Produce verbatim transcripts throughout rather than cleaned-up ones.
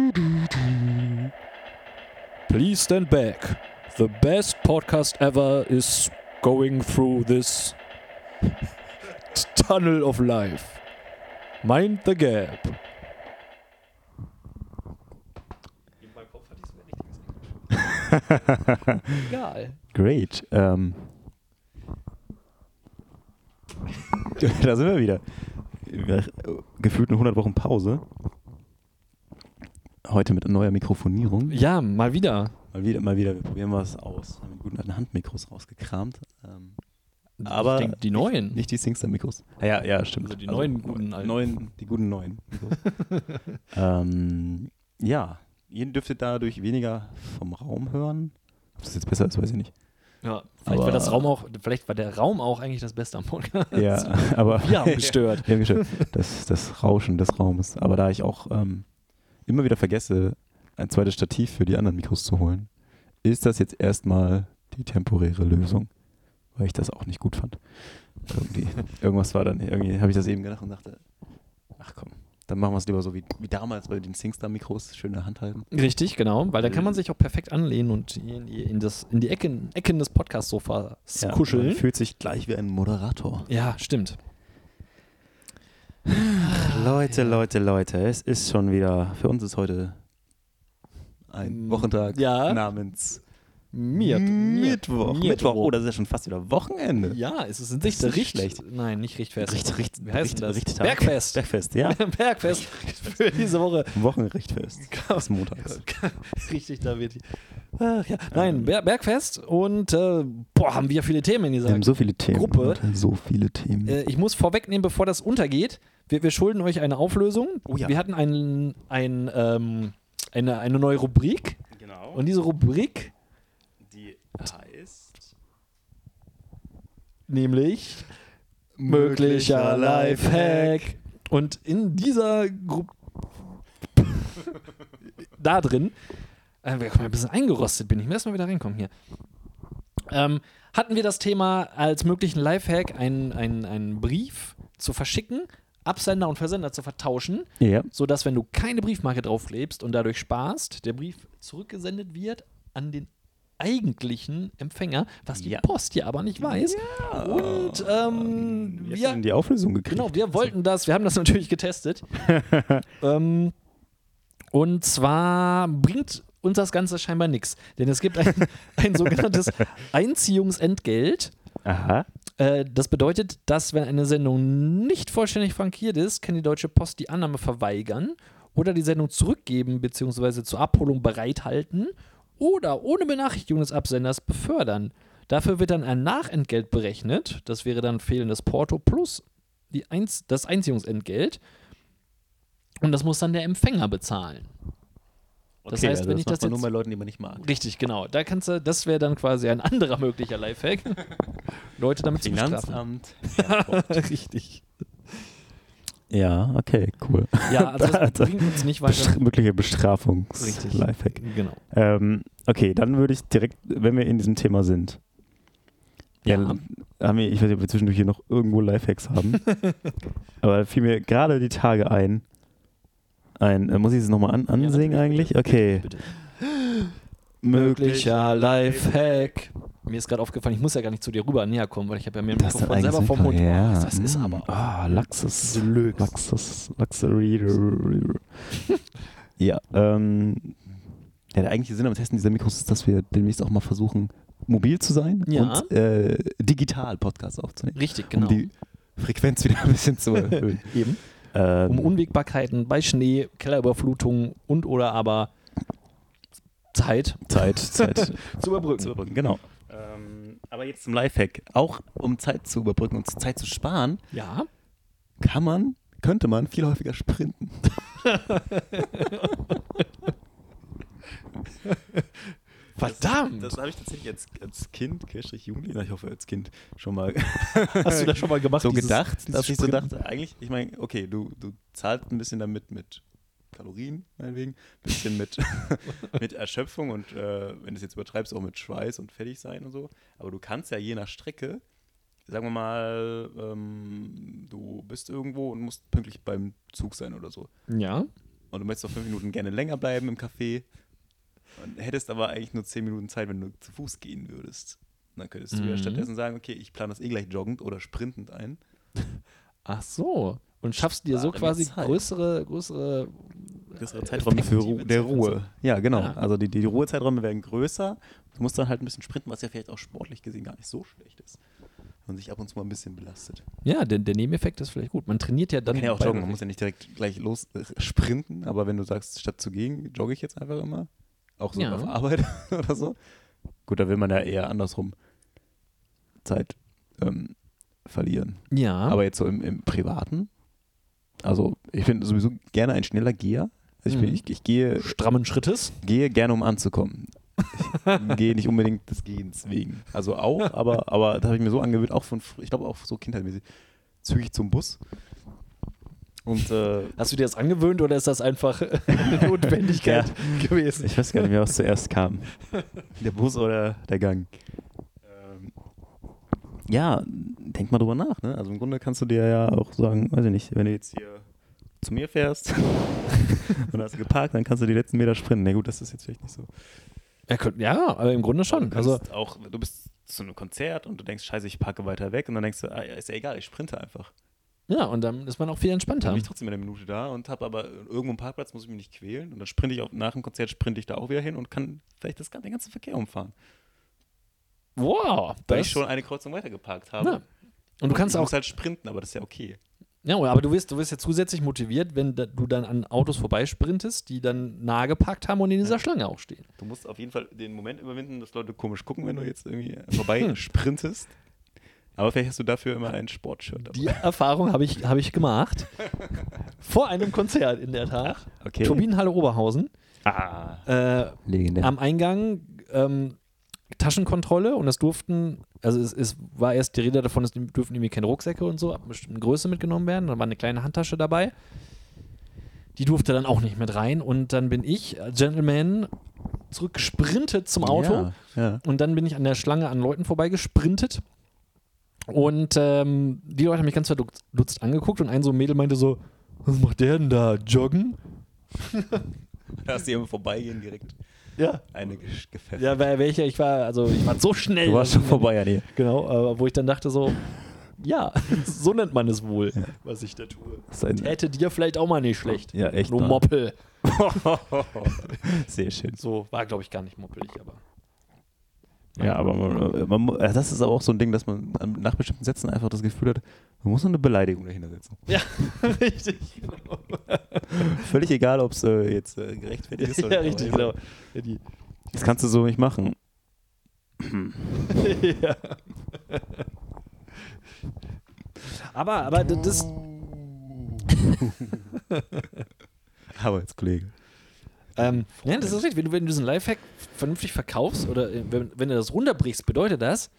Please stand back. The best podcast ever is going through this tunnel of life. Mind the gap. In meinem Kopf hatte ich es mir richtig gesagt. Egal. Great. Ähm. Da sind wir wieder. Gefühlt eine hundert Wochen Pause. Heute mit neuer Mikrofonierung. Ja, mal wieder. Mal wieder, mal wieder. Wir probieren was aus. Haben guten alten Handmikros rausgekramt. Ähm, aber ich denke, die neuen. Nicht, nicht die Singstar-Mikros. Ja, ja, stimmt. Also die neuen also, guten alten. Neuen, die guten neuen Mikros. ähm, ja, ihr dürftet dadurch weniger vom Raum hören. Ob das jetzt besser ist, weiß ich nicht. Ja, vielleicht war das Raum auch, vielleicht war der Raum auch eigentlich das Beste am Podcast. Ja, aber wir haben gestört. wir haben gestört. Das, das Rauschen des Raumes. Aber da ich auch ähm, immer wieder vergesse, ein zweites Stativ für die anderen Mikros zu holen, ist das jetzt erstmal die temporäre Lösung, weil ich das auch nicht gut fand. Irgendwie, irgendwas war dann, irgendwie habe ich das eben gedacht und dachte, ach komm, dann machen wir es lieber so wie, wie damals bei den Singstar-Mikros, schön in der Hand halten. Richtig, genau, weil da kann man sich auch perfekt anlehnen und in die, in das, in die Ecken, Ecken des Podcast-Sofas ja, kuscheln. Man fühlt sich gleich wie ein Moderator. Ja, stimmt. Leute, Leute, Leute, es ist schon wieder, für uns ist heute ein Wochentag ja. namens Miert, Mittwoch. Miert, Mittwoch. Oh, das ist ja schon fast wieder Wochenende. Ja, es ist in sich das Richt, schlecht. Nein, nicht Richtfest. Richt, Richt, Wie heißt Richt, das? Richttag. Bergfest. Bergfest, ja. Bergfest für diese Woche. Wochenrichtfest. Des Montags. Richtig, da wird. Ach ja. Nein, Ber- Bergfest und äh, boah, haben wir viele Themen in dieser Wir haben so viele Themen. Gruppe. Leute, so viele Themen. Äh, ich muss vorwegnehmen, bevor das untergeht. Wir, wir schulden euch eine Auflösung. Oh ja. Wir hatten ein, ein, ähm, eine, eine neue Rubrik. Genau. Und diese Rubrik, die heißt nämlich möglicher Lifehack. Und in dieser Gruppe da drin, äh, wir kommen ein bisschen eingerostet, bin ich mir erstmal wieder reinkommen hier. Ähm, hatten wir das Thema als möglichen Lifehack, einen, einen, einen Brief zu verschicken, Absender und Versender zu vertauschen, ja. sodass, wenn du keine Briefmarke draufklebst und dadurch sparst, der Brief zurückgesendet wird an den eigentlichen Empfänger, was die ja. Post ja aber nicht weiß. Ja. Und ähm, wir wir haben die Auflösung gekriegt. Genau, wir wollten das, wir haben das natürlich getestet. ähm, und zwar bringt uns das Ganze scheinbar nichts. Denn es gibt ein, ein sogenanntes Einziehungsentgelt. Aha. Äh, das bedeutet, dass, wenn eine Sendung nicht vollständig frankiert ist, kann die Deutsche Post die Annahme verweigern oder die Sendung zurückgeben bzw. zur Abholung bereithalten oder ohne Benachrichtigung des Absenders befördern. Dafür wird dann ein Nachentgelt berechnet. Das wäre dann fehlendes Porto plus die Einz- das Einziehungsentgelt. Und das muss dann der Empfänger bezahlen. Das okay, heißt, also wenn das ich macht das man jetzt nur bei Leuten, die man nicht mag. Richtig, genau. Da kannst du, das wäre dann quasi ein anderer möglicher Lifehack. Leute damit zu bestrafen. Finanzamt. Richtig. Ja, okay, cool. Ja, also das bringt uns nicht weiter. Bestra- mögliche Bestrafungs-Lifehack. Genau. Ähm, okay, dann würde ich direkt, wenn wir in diesem Thema sind, Ja. dann haben wir, ich weiß nicht, ob wir zwischendurch hier noch irgendwo Lifehacks haben, aber fiel mir gerade die Tage ein, ein, äh, muss ich es nochmal an, ansingen Ja, eigentlich? Okay. Bitte. Möglicher Lifehack. Mir ist gerade aufgefallen, ich muss ja gar nicht zu dir rüber näher kommen, weil ich habe ja mir Das Mikrofon ist selber eigentlich vom Mund. super, ja. Oh, das ist Mm. aber Ah, Luxus. Deluxe. Luxus. Luxury. Ja, ähm, ja, der eigentliche Sinn am Testen dieser Mikros ist, dass wir demnächst auch mal versuchen, mobil zu sein Ja. und äh, digital Podcasts aufzunehmen. Richtig, genau. Um die Frequenz wieder ein bisschen zu erhöhen. Eben. Ähm, Um Unwägbarkeiten bei Schnee, Kellerüberflutung und oder aber Zeit Zeit, Zeit zu überbrücken. zu überbrücken, genau. Ähm, aber jetzt zum Lifehack. Auch um Zeit zu überbrücken und Zeit zu sparen, Ja. kann man, könnte man viel häufiger sprinten. Verdammt! Das, das habe ich tatsächlich als, als Kind, Querstrich Jugendlicher, ich hoffe als Kind, schon mal Hast du das schon mal gemacht? so dieses- gedacht, dieses dass ich so Sprinten? dachte, eigentlich, ich meine, okay, du, du zahlst ein bisschen damit mit Kalorien, meinetwegen, ein bisschen mit, mit Erschöpfung und äh, wenn du es jetzt übertreibst, auch mit Schweiß und fertig sein und so. Aber du kannst ja je nach Strecke, sagen wir mal, ähm, du bist irgendwo und musst pünktlich beim Zug sein oder so. Ja. und du möchtest auf fünf Minuten gerne länger bleiben im Café und hättest aber eigentlich nur zehn Minuten Zeit, wenn du zu Fuß gehen würdest. Und dann könntest du Mhm. ja stattdessen sagen, okay, ich plane das eh gleich joggend oder sprintend ein. Ach so. Und schaffst dir so Spare mir quasi Zeit. größere, größere, Größere Zeiträume für Ru der Ruhe. Ja, genau. Ja. Also die, die Ruhezeiträume werden größer. Du musst dann halt ein bisschen sprinten, was ja vielleicht auch sportlich gesehen gar nicht so schlecht ist. Und sich ab und zu mal ein bisschen belastet. Ja, der, der Nebeneffekt ist vielleicht gut. Man trainiert ja dann. Man kann ja auch bei- joggen, man muss ja nicht direkt gleich los äh, sprinten, aber wenn du sagst, statt zu gehen, jogge ich jetzt einfach immer, auch so Ja. auf Arbeit oder so. Gut, da will man ja eher andersrum Zeit ähm, verlieren. Ja. Aber jetzt so im, im Privaten, also ich bin sowieso gerne ein schneller Geher. Also ich, bin, Mhm. ich, ich gehe, strammen Schrittes. gehe gerne, um anzukommen. Ich gehe nicht unbedingt des Gehens wegen. Also auch, aber, aber da habe ich mir so angewöhnt, auch von, fr- ich glaube auch so kindheitmäßig, zügig zum Bus. Und äh, Hast du dir das angewöhnt oder ist das einfach eine Notwendigkeit gewesen? ich weiß gar nicht mehr, was zuerst kam. Der Bus oder der Gang. Ähm, ja, denk mal drüber nach. Ne? Also im Grunde kannst du dir ja auch sagen, weiß ich nicht, wenn du jetzt hier zu mir fährst und hast geparkt, dann kannst du die letzten Meter sprinten. Na gut, das ist jetzt vielleicht nicht so. Ja, könnt- ja, aber im Grunde schon. Du Also, kannst auch, du bist zu einem Konzert und du denkst, scheiße, ich parke weiter weg und dann denkst du, ah, ja, ist ja egal, ich sprinte einfach. ja, und dann ist man auch viel Dann entspannter. bin ich trotzdem in einer Minute da und habe aber irgendwo einen Parkplatz, muss ich mich nicht quälen und dann sprinte ich auch, nach dem Konzert sprinte ich da auch wieder hin und kann vielleicht das, den ganzen Verkehr umfahren. Wow. Weil das- ich schon eine Kreuzung weiter geparkt habe. Ja. Und du kannst ich auch muss halt sprinten, aber das ist ja okay. Ja, aber du wirst, du wirst ja zusätzlich motiviert, wenn da, du dann an Autos vorbeisprintest, die dann nahe geparkt haben und in dieser Schlange auch stehen. Du musst auf jeden Fall den Moment überwinden, dass Leute komisch gucken, wenn du jetzt irgendwie vorbei sprintest. Aber vielleicht hast du dafür immer ein Sportshirt dabei. Die Erfahrung habe ich, hab ich gemacht. Vor einem Konzert in der Tat. Okay. Turbinenhalle Oberhausen. Ah, Äh, legendär. am Eingang ähm, Taschenkontrolle und es durften, also es, es war erst die Rede davon, es dürfen irgendwie keine Rucksäcke und so ab einer bestimmten Größe mitgenommen werden. Da war eine kleine Handtasche dabei. Die durfte dann auch nicht mit rein und dann bin ich, als Gentleman, zurückgesprintet zum Auto. Ja, ja. Und dann bin ich an der Schlange an Leuten vorbeigesprintet. Und ähm, die Leute haben mich ganz verdutzt angeguckt und ein so ein Mädel meinte so, was macht der denn da? Joggen? Da hast du eben vorbeigehen direkt Ja. eine gefällt. Ja, weil welcher, ich war, also ich war so schnell. Du warst schon vorbei, ja, nee. Genau, äh, wo ich dann dachte so, ja, so nennt man es wohl, was ich da tue. Das ist ein, Täte dir vielleicht auch mal nicht schlecht. ja, echt. Nur wahr. Moppel. Sehr schön. So, war glaube ich gar nicht moppelig, aber. Ja, aber man, man, mu- äh, das ist aber auch so ein Ding, dass man an- nach bestimmten Sätzen einfach das Gefühl hat, man muss noch eine Beleidigung dahinter setzen. Ja, richtig, genau. Völlig egal, ob es äh, jetzt äh, gerechtfertigt ist oder Ja, nicht. richtig, aber genau. Ja, die, Das kannst du so nicht machen. ja. Aber, aber d- das, Arbeitskollege. ähm, ja, das ist richtig. Wenn du, wenn du diesen Lifehack vernünftig verkaufst oder äh, wenn, wenn du das runterbrichst, bedeutet das,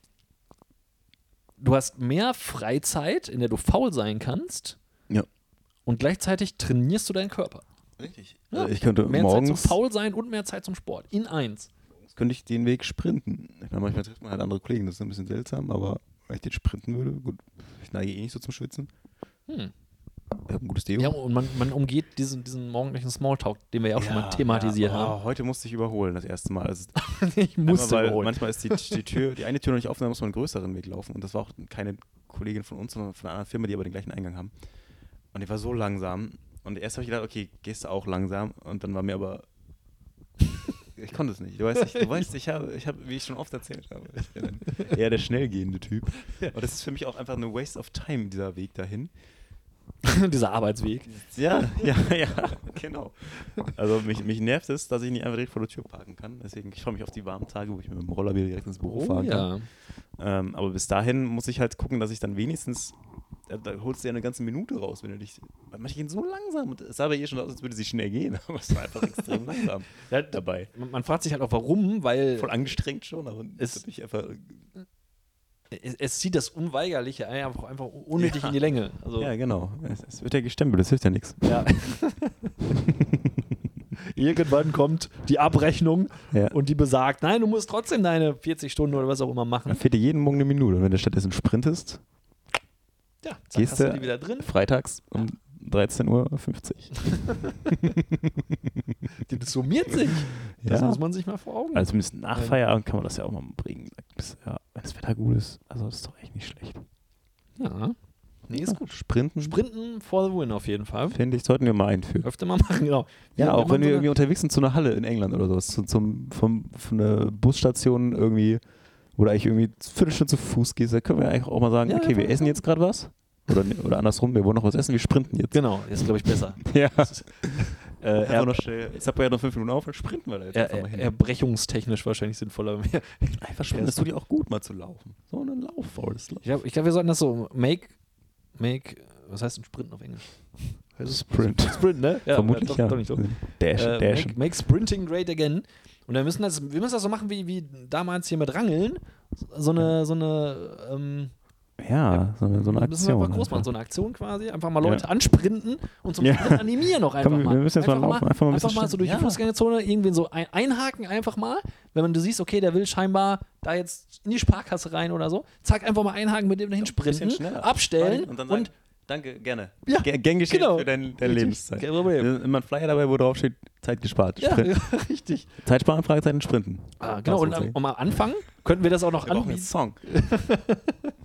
du hast mehr Freizeit, in der du faul sein kannst. Ja. Und gleichzeitig trainierst du deinen Körper. Richtig. Ja. Äh, ich könnte Mehr Zeit morgens zum faul sein und mehr Zeit zum Sport. In eins. könnte ich den Weg sprinten. Ich meine, manchmal trifft man halt andere Kollegen, das ist ein bisschen seltsam, aber wenn ich den sprinten würde, gut, ich neige eh nicht so zum Schwitzen. Hm. Ich habe ein gutes Deo. Ja, und man, man umgeht diesen, diesen morgendlichen Smalltalk, den wir ja auch schon mal thematisiert ja. haben. Oh, heute musste ich überholen, das erste Mal. Also, Ich musste einmal, weil überholen. manchmal ist die, die Tür, die eine Tür noch nicht offen, da muss man einen größeren Weg laufen. Und das war auch keine Kollegin von uns, sondern von einer anderen Firma, die aber den gleichen Eingang haben. Und die war so langsam. Und erst habe ich gedacht, okay, gehst du auch langsam. Und dann war mir aber. Ich konnte es nicht. Du weißt, ich, du weißt, ich habe, ich habe, wie ich schon oft erzählt habe, ich bin ein eher der schnellgehende Typ. Und das ist für mich auch einfach eine Waste of time, dieser Weg dahin. Dieser Arbeitsweg. Ja, ja, ja, genau. Also mich, mich nervt es, dass ich nicht einfach direkt vor der Tür parken kann. Deswegen, ich freue mich auf die warmen Tage, wo ich mit dem Roller wieder direkt ins Büro Oh fahren kann. ja. Ähm, aber bis dahin muss ich halt gucken, dass ich dann wenigstens, da, da holst du ja eine ganze Minute raus, wenn du dich, weil manche gehen so langsam und es sah aber eh schon aus, als würde sie schnell gehen, aber es war einfach extrem langsam Ja, dabei. Man, man fragt sich halt auch, warum, weil Voll angestrengt schon, aber Es- es ist nicht einfach, es, es zieht das Unweigerliche einfach, einfach unnötig Ja. in die Länge. Also, ja genau, es, es wird ja gestempelt, das hilft ja nichts. ja. Irgendwann kommt die Abrechnung Ja. und die besagt, nein, du musst trotzdem deine vierzig Stunden oder was auch immer Dann machen. fehlt dir jeden Morgen eine Minute und wenn du stattdessen sprintest, Ja, zack, Gehst hast du du- die wieder drin. freitags um dreizehn Uhr fünfzig. Das summiert sich. Das Ja. muss man sich mal vor Augen Also zumindest nach Feierabend kann man das ja auch mal bringen. Ja, wenn das Wetter gut ist, also das ist doch echt nicht schlecht. Ja. Nee, ist Ja, gut. Sprinten, Sprinten for the win auf jeden Fall. finde ich, sollten wir mal einführen. Öfter mal machen, genau. Ja, auch wenn wir so irgendwie unterwegs sind zu einer Halle in England oder sowas, zu, zum, vom, von einer Busstation irgendwie, oder eigentlich irgendwie eine Viertelstunde zu Fuß gehst, da können wir eigentlich auch mal sagen, Ja, okay, wir ja, essen ja. jetzt gerade was. Oder, oder andersrum, wir wollen noch was essen, wir sprinten jetzt. Genau, ist glaube ich besser. Ja. Äh, Einfach er, noch schnell, jetzt habt ihr ja noch fünf Minuten auf, dann sprinten wir da jetzt er, einfach mal hin. er, erbrechungstechnisch wahrscheinlich sinnvoller. Einfach sprinten, das tut dir auch gut, mal zu laufen. So einen Lauf, Forrest Lauf. Ich glaube, ich glaub, wir sollten das so make, make, was heißt ein Sprinten auf Englisch? Sprint. Sprint, ne? Ja, Vermutlich doch, ja. Doch nicht so. Dash, Äh, Dash. make, make Sprinting great again. Und wir müssen das, wir müssen das so machen wie, wie damals hier mit Rangeln. So eine, so eine, ähm, Ja, so eine, so eine müssen wir Aktion. einfach groß machen, einfach. so eine Aktion quasi. Einfach mal Leute Ja. ansprinten und zum Ja. Sprint animieren noch einfach Komm, wir- mal. wir müssen jetzt mal einfach laufen, einfach mal ein einfach bisschen mal so durch schnell- die Ja. Fußgängerzone irgendwie so ein, einhaken einfach mal. Wenn man, du siehst, okay, der will scheinbar da jetzt in die Sparkasse rein oder so. Zack, einfach mal einhaken, mit dem dahin sprinten, abstellen und dann und sagen, danke, gerne. Ja, G- Gern geschehen genau. für deine, deine Richtig, Lebenszeit. kein Problem. Immer ein Flyer dabei, wo drauf steht, Zeit gespart. ja, Sprint. ja, richtig. Zeit sparen, Fragezeichen, Sprinten. Ah, genau, Das und muss am, ich. um am Anfang könnten wir das auch noch Wir brauchen anbieten. jetzt Song. Ich finde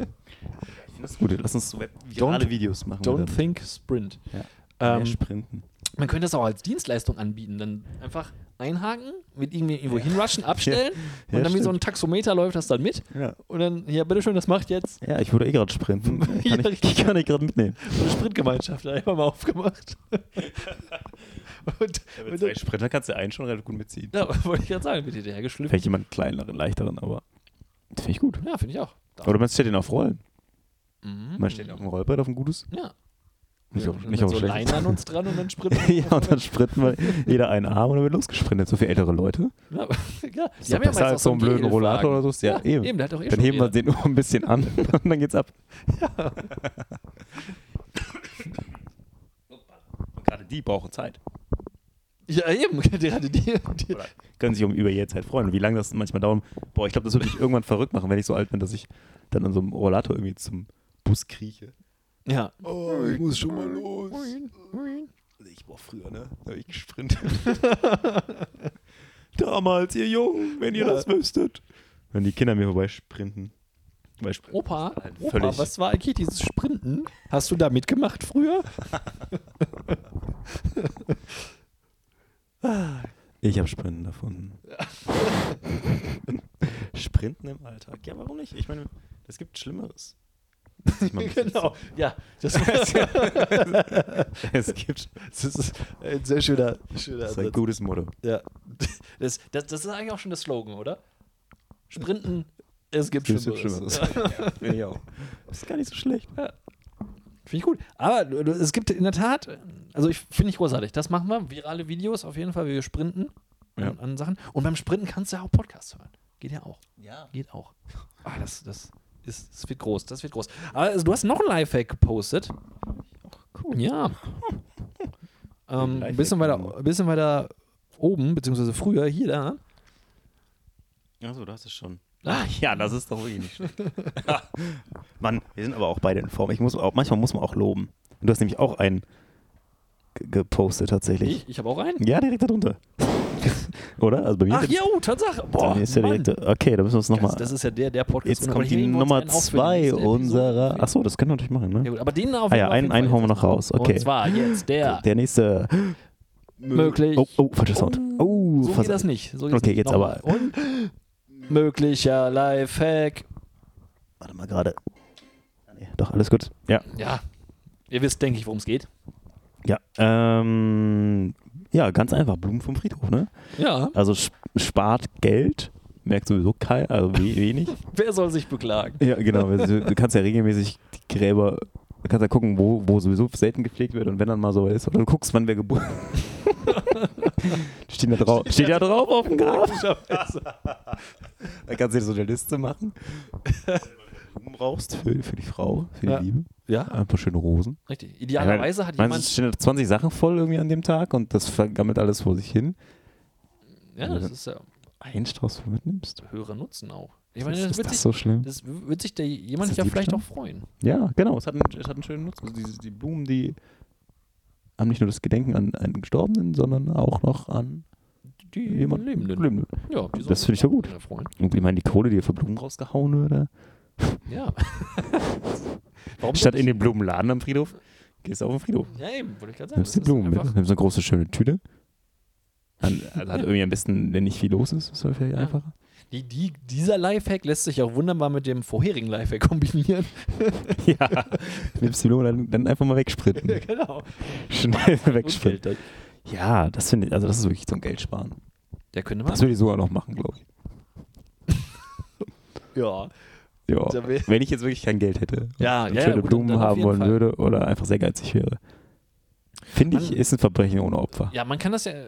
das gut. Lass uns so virale Don't- Videos machen. Don't wir think Sprint. dann. Ähm, Mehr Sprinten. Man könnte das auch als Dienstleistung anbieten. Dann einfach einhaken, mit irgendwie irgendwo hinrushen, abstellen Ja, und dann wie so stimmt. ein Taxometer läuft das dann mit. Ja. Und dann, ja, bitteschön, das macht jetzt ja, ich würde eh gerade sprinten. Kann Ja, ich, richtig. ich kann ich gerade mitnehmen. so eine Sprintgemeinschaft einfach mal aufgemacht. und, Ja, mit und zwei dann, Sprinter kannst du einen schon relativ gut mitziehen. ja, wollte ich gerade sagen, mit hinterher geschliffen. Vielleicht jemand kleineren, leichteren, aber das finde ich gut. Ja, finde ich auch. Oder man stellt den auf Rollen. Mhm. Man stellt ihn auf ein Rollbrett, auf ein gutes. Ja. Nicht ja, auf, mit nicht auf so ein Leinen schlechtes. an uns dran und dann sprinten wir. Ja, und dann sprinten wir jeder einen Arm und dann wird losgesprintet. So für ältere Leute. Ja, ja. Ist Die doch haben ja besser meist als auch so einen blöden Gehhilfwagen. Rollator oder so. Ja, Ja, eben. eben, der hat doch eh Dann schon heben wir jeder. den nur ein bisschen an und dann geht's ab. Und gerade die brauchen Zeit. Ja, eben. Gerade die, die, Oder können sich um über ihre Zeit freuen. Und wie lange das manchmal dauert. Boah, ich glaube, das würde mich irgendwann verrückt machen, wenn ich so alt bin, dass ich dann an so einem Rollator irgendwie zum Bus krieche. ja. Oh, ich muss schon mal los. Ich war früher, ne? Da hab ich gesprintet. Damals, ihr Jungen, wenn ihr Ja. das wüsstet. Wenn die Kinder mir vorbeisprinten. Vorbeisprinten. Opa, Das war halt Opa, völlig- was war eigentlich dieses Sprinten? Hast du da mitgemacht früher? Ich habe Sprinten davon. Sprinten im Alltag. Ja, warum nicht? Ich meine, es gibt Schlimmeres. Ich meine, Genau, ja. Das, Es gibt. das ist ein sehr schöner, schöner Das ist ein Ansatz. gutes Motto. Ja. Das, das, das ist eigentlich auch schon der Slogan, oder? Sprinten, es gibt Es gibt Schlimmeres. Schlimmeres. Ja, finde ich auch. Das ist gar nicht so schlecht. Finde ich gut. Aber du- du- es gibt in der Tat, also ich finde ich großartig. Das machen wir. Virale Videos auf jeden Fall, wie wir sprinten Ja. an, an Sachen. Und beim Sprinten kannst du ja auch Podcasts hören. Geht ja auch. Ja. Geht auch. Ah, das, das, ist, das wird groß. Das wird groß. Aber also, du hast noch ein Lifehack gepostet. Cool. Ja. ähm, ein Lifehack bisschen weiter, genau. ein bisschen weiter oben, beziehungsweise früher, hier, da. Achso, das ist schon. Ah, Ja, das ist doch wirklich nicht schlecht. Mann, wir sind aber auch beide in Form. Ich muss auch, manchmal muss man auch loben. Und du hast nämlich auch einen g- gepostet tatsächlich. ich ich habe auch einen. Ja, direkt darunter. Oder? Also bei mir Ach, ja, oh, Tatsache. Boah, Boah, ist ja Mann. direkt, okay, da müssen wir uns Das, nochmal. das ist ja der, der Podcast. Jetzt Aber kommt die heben wir uns Nummer einen auf für die zwei nächste Episode. unserer. Achso, das können wir natürlich machen, ne? Ja, gut, aber den auf Ah ja, auf einen- jeden einen Fall hauen wir jetzt noch raus, okay. Und zwar jetzt der. Der nächste. Möglich. Oh, oh, falscher Sound. Oh, so fast- geht das nicht. So geht's Okay, nicht. jetzt Nochmal. aber. Und möglicher Lifehack. Warte mal gerade. Ah, nee, doch, alles gut. Ja. Ja, ihr wisst, denke ich, worum es geht. Ja. Ähm, ja, ganz einfach. Blumen vom Friedhof, ne? Ja, Also sp- spart Geld. Merkt sowieso kein, also we wenig. wer soll sich beklagen? Ja, genau. Also, du kannst ja regelmäßig die Gräber, du kannst ja gucken, wo, wo sowieso selten gepflegt wird und wenn dann mal so ist. Oder du guckst, wann wer geboren Steht da drauf, steht ja drauf auf dem Grab. Da kannst du dir so eine Liste machen. Wenn du Blumen brauchst für, für die Frau, für die Ja. Liebe. Ja, Ein paar schöne Rosen. richtig. Idealerweise hat Meinst du, jemand. es stehen da zwanzig Sachen voll irgendwie an dem Tag und das vergammelt alles vor sich hin. Ja, das ist ja Einen Strauß für mitnimmst. höherer Nutzen auch. Ich meine, ist das ist wird, das sich, so schlimm? das wird sich der jemand Ist ja das vielleicht auch Diebstahl? freuen. Ja, genau. Es hat einen, es hat einen schönen Nutzen. Also die, die Blumen, die haben nicht nur das Gedenken an einen Gestorbenen, sondern auch noch an Die jemanden Lebenden. Lebenden. Ja, die Das sollen finde ich so sich auch gut. sehr freuen. Und ich meine, die Kohle, die für Blumen rausgehauen würde, Ja. Warum statt nicht? in den Blumenladen am Friedhof, gehst du auf den Friedhof. Ja, eben, wollte ich gerade sagen. Nimmst die Das ist Blumen mit. einfach- Nimmst eine große, schöne Tüte. Dann, also hat irgendwie am besten, wenn nicht viel los ist, ist das vielleicht Ja. einfacher. Die, die, dieser Lifehack lässt sich auch wunderbar mit dem vorherigen Lifehack kombinieren. Ja. Nimmst die Blume dann, dann einfach mal wegspritten. genau. Schnell wegspritten. Geld. Ja, das finde ich, also das ist wirklich zum Geld sparen. Der könnte man. Das würde ich sogar noch machen, glaube ich. Ja. Ja. Da wär- Wenn ich jetzt wirklich kein Geld hätte Ja, und ja, schöne ja, gut, Blumen dann auf haben jeden wollen Fall. würde oder einfach sehr geizig wäre. Finde ich, Man- ist ein Verbrechen ohne Opfer. Ja, man kann das ja.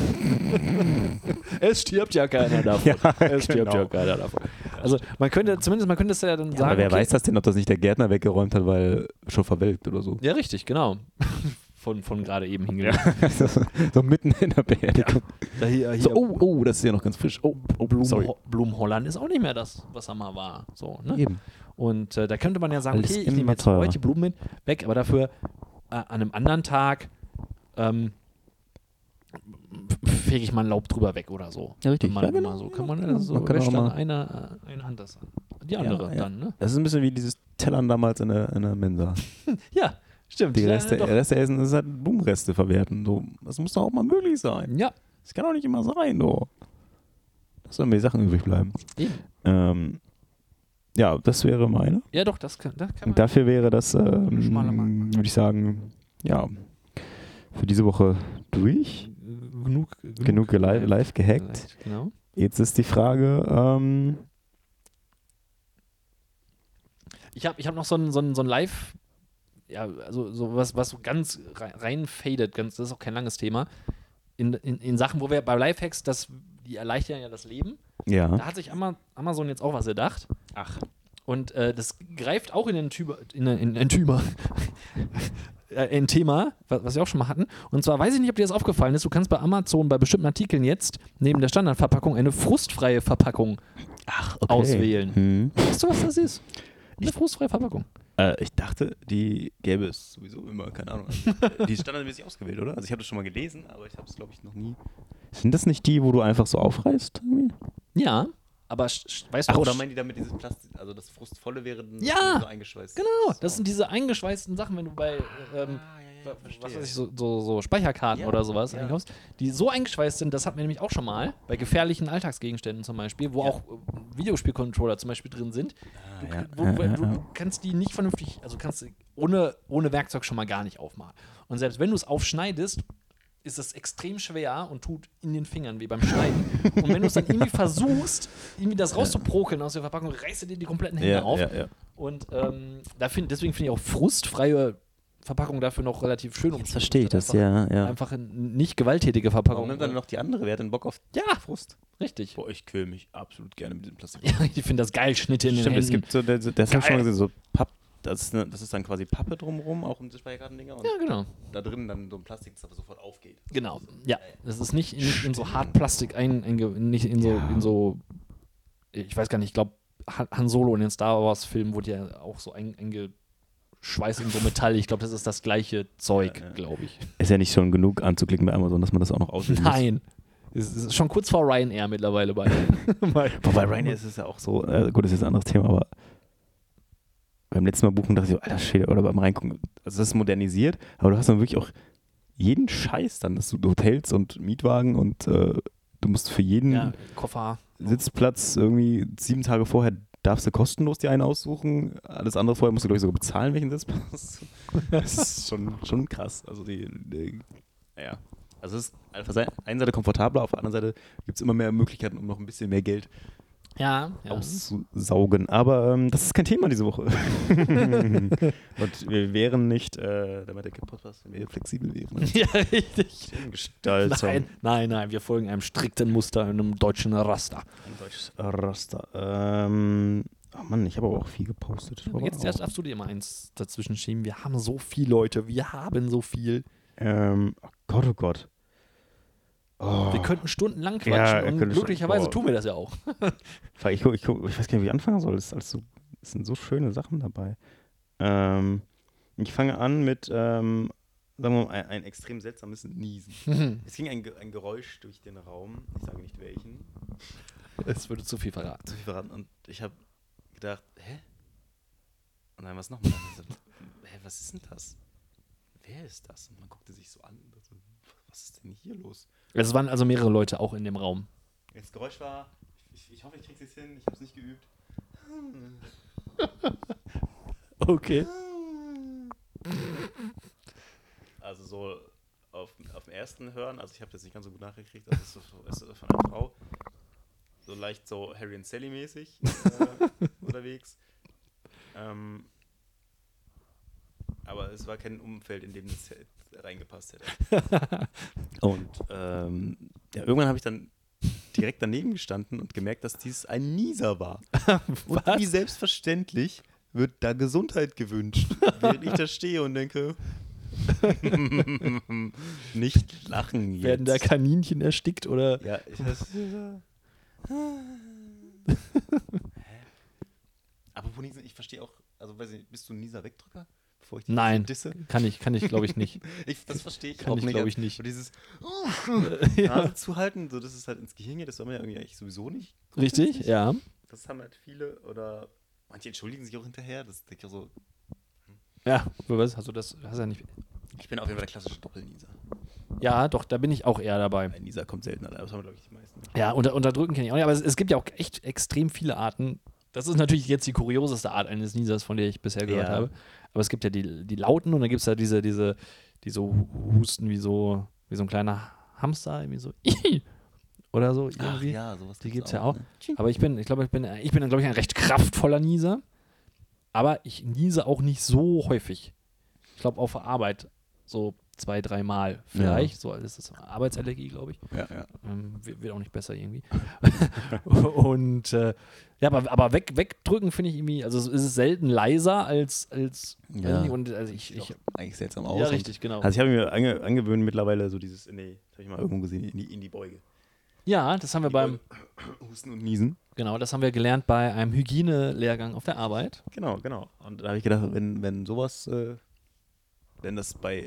es stirbt ja keiner davon. Ja, es stirbt genau. ja keiner davon. Also man könnte, zumindest man könnte es ja dann Ja, sagen. aber wer okay, weiß das denn, ob das nicht der Gärtner weggeräumt hat, weil schon verwelkt oder so. Ja, richtig, genau. Von, von gerade eben hingelegt. so, so mitten in der Beerdigung. Da hier, hier So, oh, oh, das ist ja noch ganz frisch. Oh, oh sorry. Blumen, Blumenholland ist auch nicht mehr das, was er mal war. So, ne? Eben. Und äh, da könnte man ja sagen, Alles okay, ich immer nehme jetzt teurer. heute die Blumen mit, weg, aber dafür äh, an einem anderen Tag ähm, fege ich mal ein Laub drüber weg oder so. Ja, richtig. Wenn man Ja, genau. mal so, kann man Ja, ja so, man kann wäscht auch dann mal- eine, eine Hand das an. Die andere Ja, ja. dann, ne? Das ist ein bisschen wie dieses Tellern damals in der, in der Mensa. Ja, stimmt. Die ja, Reste, doch. Reste essen, das ist halt Blumenreste verwerten. So, das muss doch auch mal möglich sein. Ja, Das kann doch nicht immer sein, du. Das sollen mir die Sachen übrig bleiben. eben. Ähm, ja, das wäre meine. Ja, doch, das kann, das kann man. Und dafür wäre das, ähm, Schmaler Markt. würde ich sagen, ja, für diese Woche durch. genug, Genug live, live gehackt. Genau. Jetzt ist die Frage, ähm, Ich habe ich hab noch so ein, so ein, so ein Live, ja, also so was, was so ganz rein, rein fadet, ganz, das ist auch kein langes Thema, in, in, in Sachen, wo wir bei Lifehacks, das, die erleichtern ja das Leben. ja. Da hat sich Ama- Amazon jetzt auch was gedacht. Ach. Und äh, das greift auch in den Tüber, in, in, in Tüber, äh, ein Thema, was, was wir auch schon mal hatten. Und zwar weiß ich nicht, ob dir das aufgefallen ist, du kannst bei Amazon bei bestimmten Artikeln jetzt neben der Standardverpackung eine frustfreie Verpackung Ach, auswählen. Hm. Weißt du, was das ist? Eine frustfreie Verpackung. Äh, ich dachte, die gäbe es sowieso immer, keine Ahnung. Die ist standardmäßig ausgewählt, oder? Also ich habe das schon mal gelesen, aber ich habe es, glaube ich, noch nie. Sind das nicht die, wo du einfach so aufreißt? irgendwie? Ja, aber sch- sch- weißt du Ach, auch, oder meinen die damit dieses Plastik, also das Frustvolle wäre dann Ja, so eingeschweißt? genau, So. das sind diese eingeschweißten Sachen, wenn du bei ähm, Ah, ja, ja, was verstehe. weiß ich, so, so, so Speicherkarten Ja, oder sowas ja. einkaufst, die so eingeschweißt sind, das hatten wir nämlich auch schon mal, bei gefährlichen Alltagsgegenständen zum Beispiel, wo Ja. auch äh, Videospielcontroller zum Beispiel drin sind. Ah, Du, ja, wo, ja, wo, ja, du, ja. du kannst die nicht vernünftig, also kannst du ohne, ohne Werkzeug schon mal gar nicht aufmachen. Und selbst wenn du es aufschneidest, ist es extrem schwer und tut in den Fingern weh beim Schneiden. Und wenn du es dann irgendwie versuchst, irgendwie das rauszuprokeln aus der Verpackung, reißt du dir die kompletten Hände Ja, auf. ja, ja. Und ähm, da find, deswegen finde ich auch frustfreie Verpackung dafür noch relativ schön. Jetzt verstehe ich das, einfach, ja, ja. Einfach eine nicht gewalttätige Warum Verpackung. nimmt dann noch die andere? Wer hat denn Bock auf Ja, Frust? richtig. Boah, ich quäl mich absolut gerne mit diesem Plastik. Ja, ich finde das geil, Schnitte in den Stimmt, Händen. es gibt so, das, das habe ich schon Geil. mal gesehen, so Papp, das ist, eine, das ist dann quasi Pappe drumherum, auch um die Speicherkartendinger und Ja, genau. da drin dann so ein Plastik, das aber sofort aufgeht. Genau. Ja, das ist nicht, nicht in so Hartplastik ein, einge, nicht in so, Ja. in so, ich weiß gar nicht, ich glaube, Han Han Solo in den Star Wars Filmen wurde ja auch so ein, eingeschweißt in so Metall. Ich glaube, das ist das gleiche Zeug, Ja, ja. glaube ich. Ist ja nicht schon genug anzuklicken bei Amazon, dass man das auch noch auswählen muss. Nein. Es ist schon kurz vor Ryanair mittlerweile bei. bei Wobei Ryanair ist es ja auch so, äh, gut, das ist jetzt ein anderes Thema, aber beim letzten Mal buchen dachte ich so, alter Schäde, oder beim Reingucken, also das ist modernisiert, aber du hast dann wirklich auch jeden Scheiß dann, dass du Hotels und Mietwagen und äh, du musst für jeden ja, Koffer. Sitzplatz irgendwie sieben Tage vorher darfst du kostenlos dir einen aussuchen, alles andere vorher musst du, glaube ich, sogar bezahlen, welchen Sitzplatz. Das ist schon, schon krass, also die, die ja, also es ist auf der einen Seite komfortabler, auf der anderen Seite gibt es immer mehr Möglichkeiten, um noch ein bisschen mehr Geld Ja, ja. auszusaugen. Aber ähm, das ist kein Thema diese Woche. Und wir wären nicht, äh, damit der Podcast mehr flexibel wäre. Ja, richtig. Gestaltung. Nein, nein, nein, wir folgen einem strikten Muster, einem deutschen Raster. Ein deutsches Raster. Ähm, oh Mann, ich habe aber auch viel gepostet. Aber Jetzt erst auch, darfst du dir mal eins dazwischen schieben. Wir haben so viel, Leute. Wir haben so viel. ähm, oh Gott, oh Gott. Oh. Wir könnten stundenlang quatschen Ja, wir und können glücklicherweise schon- tun wir das ja auch. Ich, guck, ich, guck, ich weiß gar nicht, wie ich anfangen soll. Es, ist alles so, es sind so schöne Sachen dabei. Ähm, ich fange an mit ähm, sagen wir mal, ein, ein extrem seltsames Niesen. Es ging ein, Ge- ein Geräusch durch den Raum, ich sage nicht welchen. Es würde zu viel verraten. Zu viel verraten. Und ich habe gedacht, hä? Und dann was nochmal. Hä, was ist denn das? Wer ist das? Und man guckte sich so an und dachte, was ist denn hier los? Es waren also mehrere Leute auch in dem Raum. Das Geräusch war, ich, ich hoffe, ich krieg's jetzt hin, ich habe es nicht geübt. Okay. Also so auf, auf dem ersten Hören, also ich habe das nicht ganz so gut nachgekriegt, das ist, so, es ist von einer Frau, so leicht so Harry und Sally mäßig äh, unterwegs. Ähm, aber es war kein Umfeld, in dem das reingepasst hätte. Und ähm, ja, irgendwann habe ich dann direkt daneben gestanden und gemerkt, dass dies ein Nieser war. Und Was? wie selbstverständlich wird da Gesundheit gewünscht, während ich da stehe und denke, nicht lachen jetzt. Werden da Kaninchen erstickt oder? Ja, ich das, aber wo Niesen, ich verstehe auch, also weiß ich, bist du ein Nieser-Wegdrücker? Bevor ich dich Nein, disse? kann ich, kann ich glaube ich nicht. Ich, das verstehe ich Kann auch ich, nicht. glaube ich, nicht. Und dieses Ja. Nase zuhalten, so dass es halt ins Gehirn geht, das soll man ja irgendwie eigentlich sowieso nicht. Richtig, ja. Das haben halt viele oder manche entschuldigen sich auch hinterher. Das denke ich auch so. Ja, was hast du das? Hast du ja nicht. Ich bin auf jeden Fall der klassische Doppelnieser. Ja, doch, da bin ich auch eher dabei. Ein Nieser kommt seltener, das haben wir, glaube ich, die meisten. Ja, unter, unterdrücken kenne ich auch nicht, aber es, es gibt ja auch echt extrem viele Arten. Das ist natürlich jetzt die kurioseste Art eines Niesers, von der ich bisher gehört Ja. habe. Aber es gibt ja die, die Lauten und dann gibt es ja diese, diese, die so husten wie so, wie so ein kleiner Hamster, irgendwie so oder so irgendwie. Ach ja, sowas Die gibt's gibt's ja auch. Ne? Aber ich bin, ich glaube, ich bin, ich bin, glaube ich, ein recht kraftvoller Nieser. Aber ich niese auch nicht so häufig. Ich glaube, auf der Arbeit so zwei, dreimal vielleicht. So, das ist Arbeitsallergie, glaube ich. Ja, ja. Ähm, wird, wird auch nicht besser irgendwie. Und äh, ja, aber, aber weg, wegdrücken finde ich irgendwie, also es ist selten leiser als, als Ja. weiß nicht, und also ich, Sieht ich auch eigentlich seltsam aus. ja, und- richtig, genau. Also ich habe mir ange angewöhnt mittlerweile so dieses, nee, das habe ich mal irgendwo gesehen, in die, in die Beuge. Ja, das haben wir Die beim, Beuge. Husten und Niesen. genau, das haben wir gelernt bei einem Hygienelehrgang auf der Arbeit. Genau, genau. Und da habe ich gedacht, wenn, wenn sowas, äh, wenn das bei,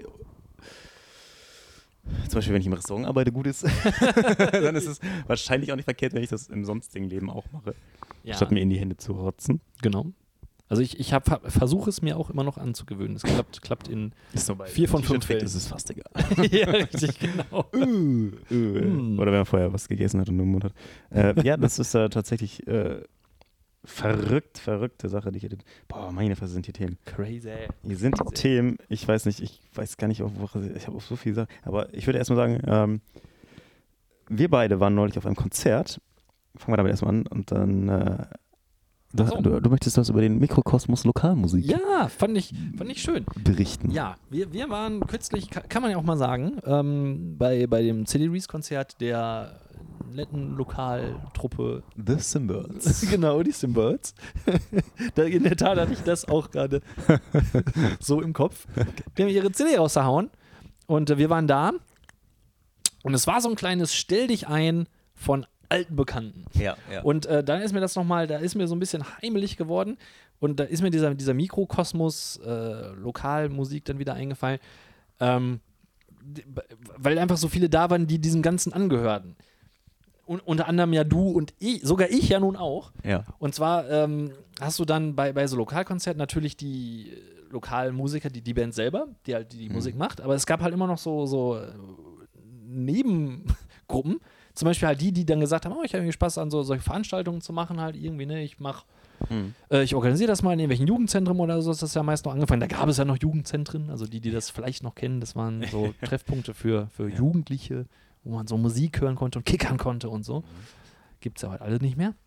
zum Beispiel wenn ich im Restaurant arbeite, gut ist, dann ist es wahrscheinlich auch nicht verkehrt, wenn ich das im sonstigen Leben auch mache, Ja, statt mir in die Hände zu rotzen. genau. Also ich, ich hab, versuche es mir auch immer noch anzugewöhnen. Es klappt, klappt in Ist so bei Vier von fünf T-Shirt Fällen. ist es fast egal. ja, richtig, genau. Uh, uh, Mm. Oder wenn man vorher was gegessen hat und nur im Mund hat. Äh, ja, das ist äh, tatsächlich äh, verrückt, verrückte Sache, die ich hätte. Boah, meine Fresse, sind hier Themen. Crazy. Hier sind Crazy. Themen, ich weiß nicht, ich weiß gar nicht, auf woche, ich habe auf so viele Sachen, aber ich würde erstmal sagen, ähm, wir beide waren neulich auf einem Konzert. Fangen wir damit erstmal an und dann, äh, du, So. du, du möchtest was über den Mikrokosmos Lokalmusik Ja, fand ich, fand ich schön. berichten. Ja, wir, wir waren kürzlich, ka- kann man ja auch mal sagen, ähm, bei, bei dem Silly Reese Konzert der netten Lokaltruppe. The Symbols. Genau, die Simbirds. da, in der Tat hatte ich das auch gerade so im Kopf. Die haben ihre C D rausgehauen und äh, wir waren da und es war so ein kleines Stell dich ein von alten Bekannten. Ja, ja. Und äh, dann ist mir das nochmal, da ist mir so ein bisschen heimelig geworden und da ist mir dieser, dieser Mikrokosmos äh, Lokalmusik dann wieder eingefallen, ähm, d- weil einfach so viele da waren, die diesem Ganzen angehörten. Und, unter anderem ja du und ich, sogar ich ja nun auch. ja. Und zwar ähm, hast du dann bei, bei so Lokalkonzerten natürlich die äh, lokalen Musiker, die, die Band selber, die halt die, die Mhm. Musik macht, aber es gab halt immer noch so, so äh, Nebengruppen, zum Beispiel halt die, die dann gesagt haben, oh, ich habe irgendwie Spaß an so solche Veranstaltungen zu machen, halt irgendwie, ne, ich mach, Hm. äh, ich organisiere das mal in irgendwelchen Jugendzentren oder so, ist das ja meist noch angefangen. Da gab es ja noch Jugendzentren, also die, die das vielleicht noch kennen, das waren so Treffpunkte für, für Ja. Jugendliche, wo man so Musik hören konnte und kickern konnte und so. Gibt es ja heute alle nicht mehr.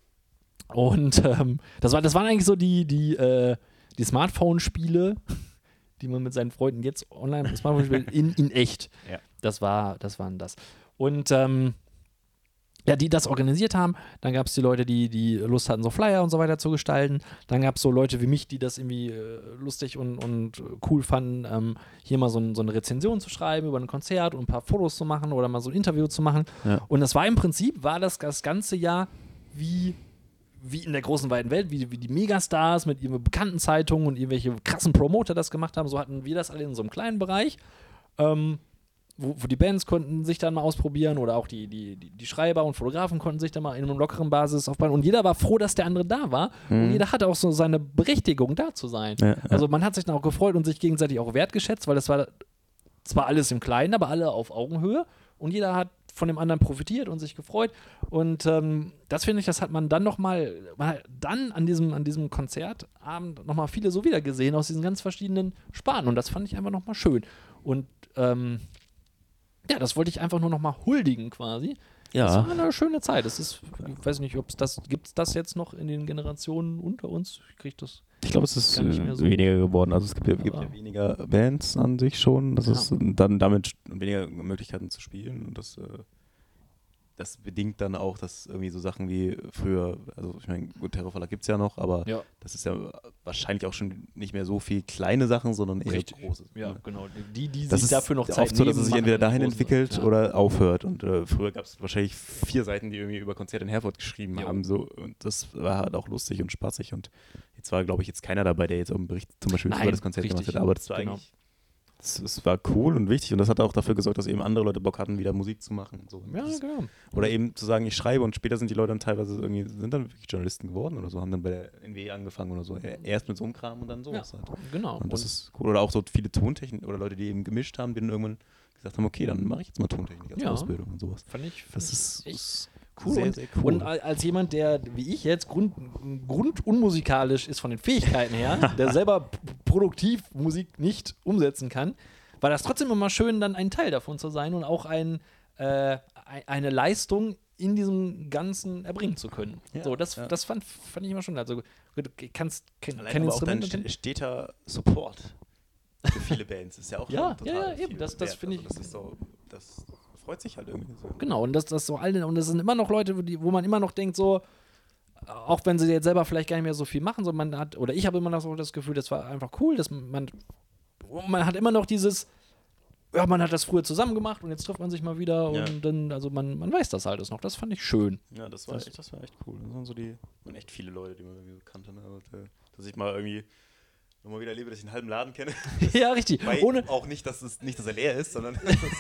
Und ähm, das, war, das waren eigentlich so die, die, äh, die Smartphone-Spiele, die man mit seinen Freunden jetzt online Smartphone spielt, in, in echt. Ja. Das war, das waren das. Und ähm, ja, die das organisiert haben. Dann gab es die Leute, die, die Lust hatten, so Flyer und so weiter zu gestalten. Dann gab es so Leute wie mich, die das irgendwie äh, lustig und, und cool fanden, ähm, hier mal so, ein, so eine Rezension zu schreiben über ein Konzert und ein paar Fotos zu machen oder mal so ein Interview zu machen. Ja. Und das war im Prinzip, war das das ganze Jahr wie, wie in der großen weiten Welt, wie, wie die Megastars mit ihren bekannten Zeitungen und irgendwelche krassen Promoter das gemacht haben. So hatten wir das alle in so einem kleinen Bereich, ähm, wo, wo die Bands konnten sich dann mal ausprobieren oder auch die, die, die, die Schreiber und Fotografen konnten sich dann mal in einem lockeren Basis aufbauen. Und jeder war froh, dass der andere da war. Mhm. Und jeder hatte auch so seine Berechtigung, da zu sein. Ja, ja. Also man hat sich dann auch gefreut und sich gegenseitig auch wertgeschätzt, weil das war zwar alles im Kleinen, aber alle auf Augenhöhe. Und jeder hat von dem anderen profitiert und sich gefreut. Und ähm, das finde ich, das hat man dann nochmal, man hat dann an diesem, an diesem Konzertabend nochmal viele so wieder gesehen aus diesen ganz verschiedenen Sparten. Und das fand ich einfach nochmal schön. Und ähm, ja, das wollte ich einfach nur nochmal huldigen quasi. Ja. Das war eine schöne Zeit. Das ist, ich weiß nicht, ob es das, gibt es das jetzt noch in den Generationen unter uns? Ich kriege das. Ich glaube, es ist äh, so weniger geworden. Also es gibt ja, gibt ja weniger Bands an sich schon. Das ja. ist dann damit weniger Möglichkeiten zu spielen. Und das, äh, das bedingt dann auch, dass irgendwie so Sachen wie früher, also ich meine, gut, Terrorverlag gibt es ja noch, aber ja. das ist ja wahrscheinlich auch schon nicht mehr so viel kleine Sachen, sondern eher Richtig. große. Ja, ne? genau. Die, die das sich ist dafür noch Zeit oft so, dass es sich entweder dahin großen, entwickelt ja. oder aufhört. Und äh, früher gab es wahrscheinlich vier Seiten, die irgendwie über Konzerte in Herford geschrieben jo. haben. So, und das war halt auch lustig und spaßig. Und jetzt war, glaube ich, jetzt keiner dabei, der jetzt auch einen Bericht zum Beispiel Nein, über das Konzert richtig. gemacht hat. Aber das war genau. eigentlich... Es war cool und wichtig und das hat auch dafür gesorgt, dass eben andere Leute Bock hatten, wieder Musik zu machen. So. Ja, das, genau. Oder eben zu sagen, ich schreibe und später sind die Leute dann teilweise irgendwie, sind dann wirklich Journalisten geworden oder so, haben dann bei der N W E angefangen oder so. Erst mit so einem Kram und dann sowas ja, halt. Genau. Und das und ist cool. Oder auch so viele Tontechniken oder Leute, die eben gemischt haben, die dann irgendwann gesagt haben, okay, dann mache ich jetzt mal Tontechnik als ja. Ausbildung und sowas. Fand ich, fand das ist, ist cool. Sehr, und, sehr cool. Und als jemand, der, wie ich jetzt, grund, grundunmusikalisch ist von den Fähigkeiten her, der selber p- produktiv Musik nicht umsetzen kann, war das trotzdem immer schön, dann ein Teil davon zu sein und auch ein, äh, eine Leistung in diesem Ganzen erbringen zu können. Ja, so, das, ja. das fand, fand ich immer schon. Also, du kannst kein, kein Instrument. Auch dann steter Support für viele Bands ist ja auch ja, total ja, ja, eben. Das, das finde also ich. Das ist so, das freut sich halt irgendwie so. Genau, und das, das so alle, und das sind immer noch Leute, die, wo man immer noch denkt, so, auch wenn sie jetzt selber vielleicht gar nicht mehr so viel machen, so man hat, oder ich habe immer noch so das Gefühl, das war einfach cool, dass man, man hat immer noch dieses, ja, man hat das früher zusammen gemacht und jetzt trifft man sich mal wieder und ja. dann, also man, man weiß das alles noch, das fand ich schön. Ja, das war, das, echt, das war echt cool. Das waren so die, waren echt viele Leute, die man irgendwie so kannte, ne? Dass ich mal irgendwie nochmal wieder erlebe, dass ich einen halben Laden kenne. Ja, richtig. Ohne auch nicht, dass es nicht, dass er leer ist, sondern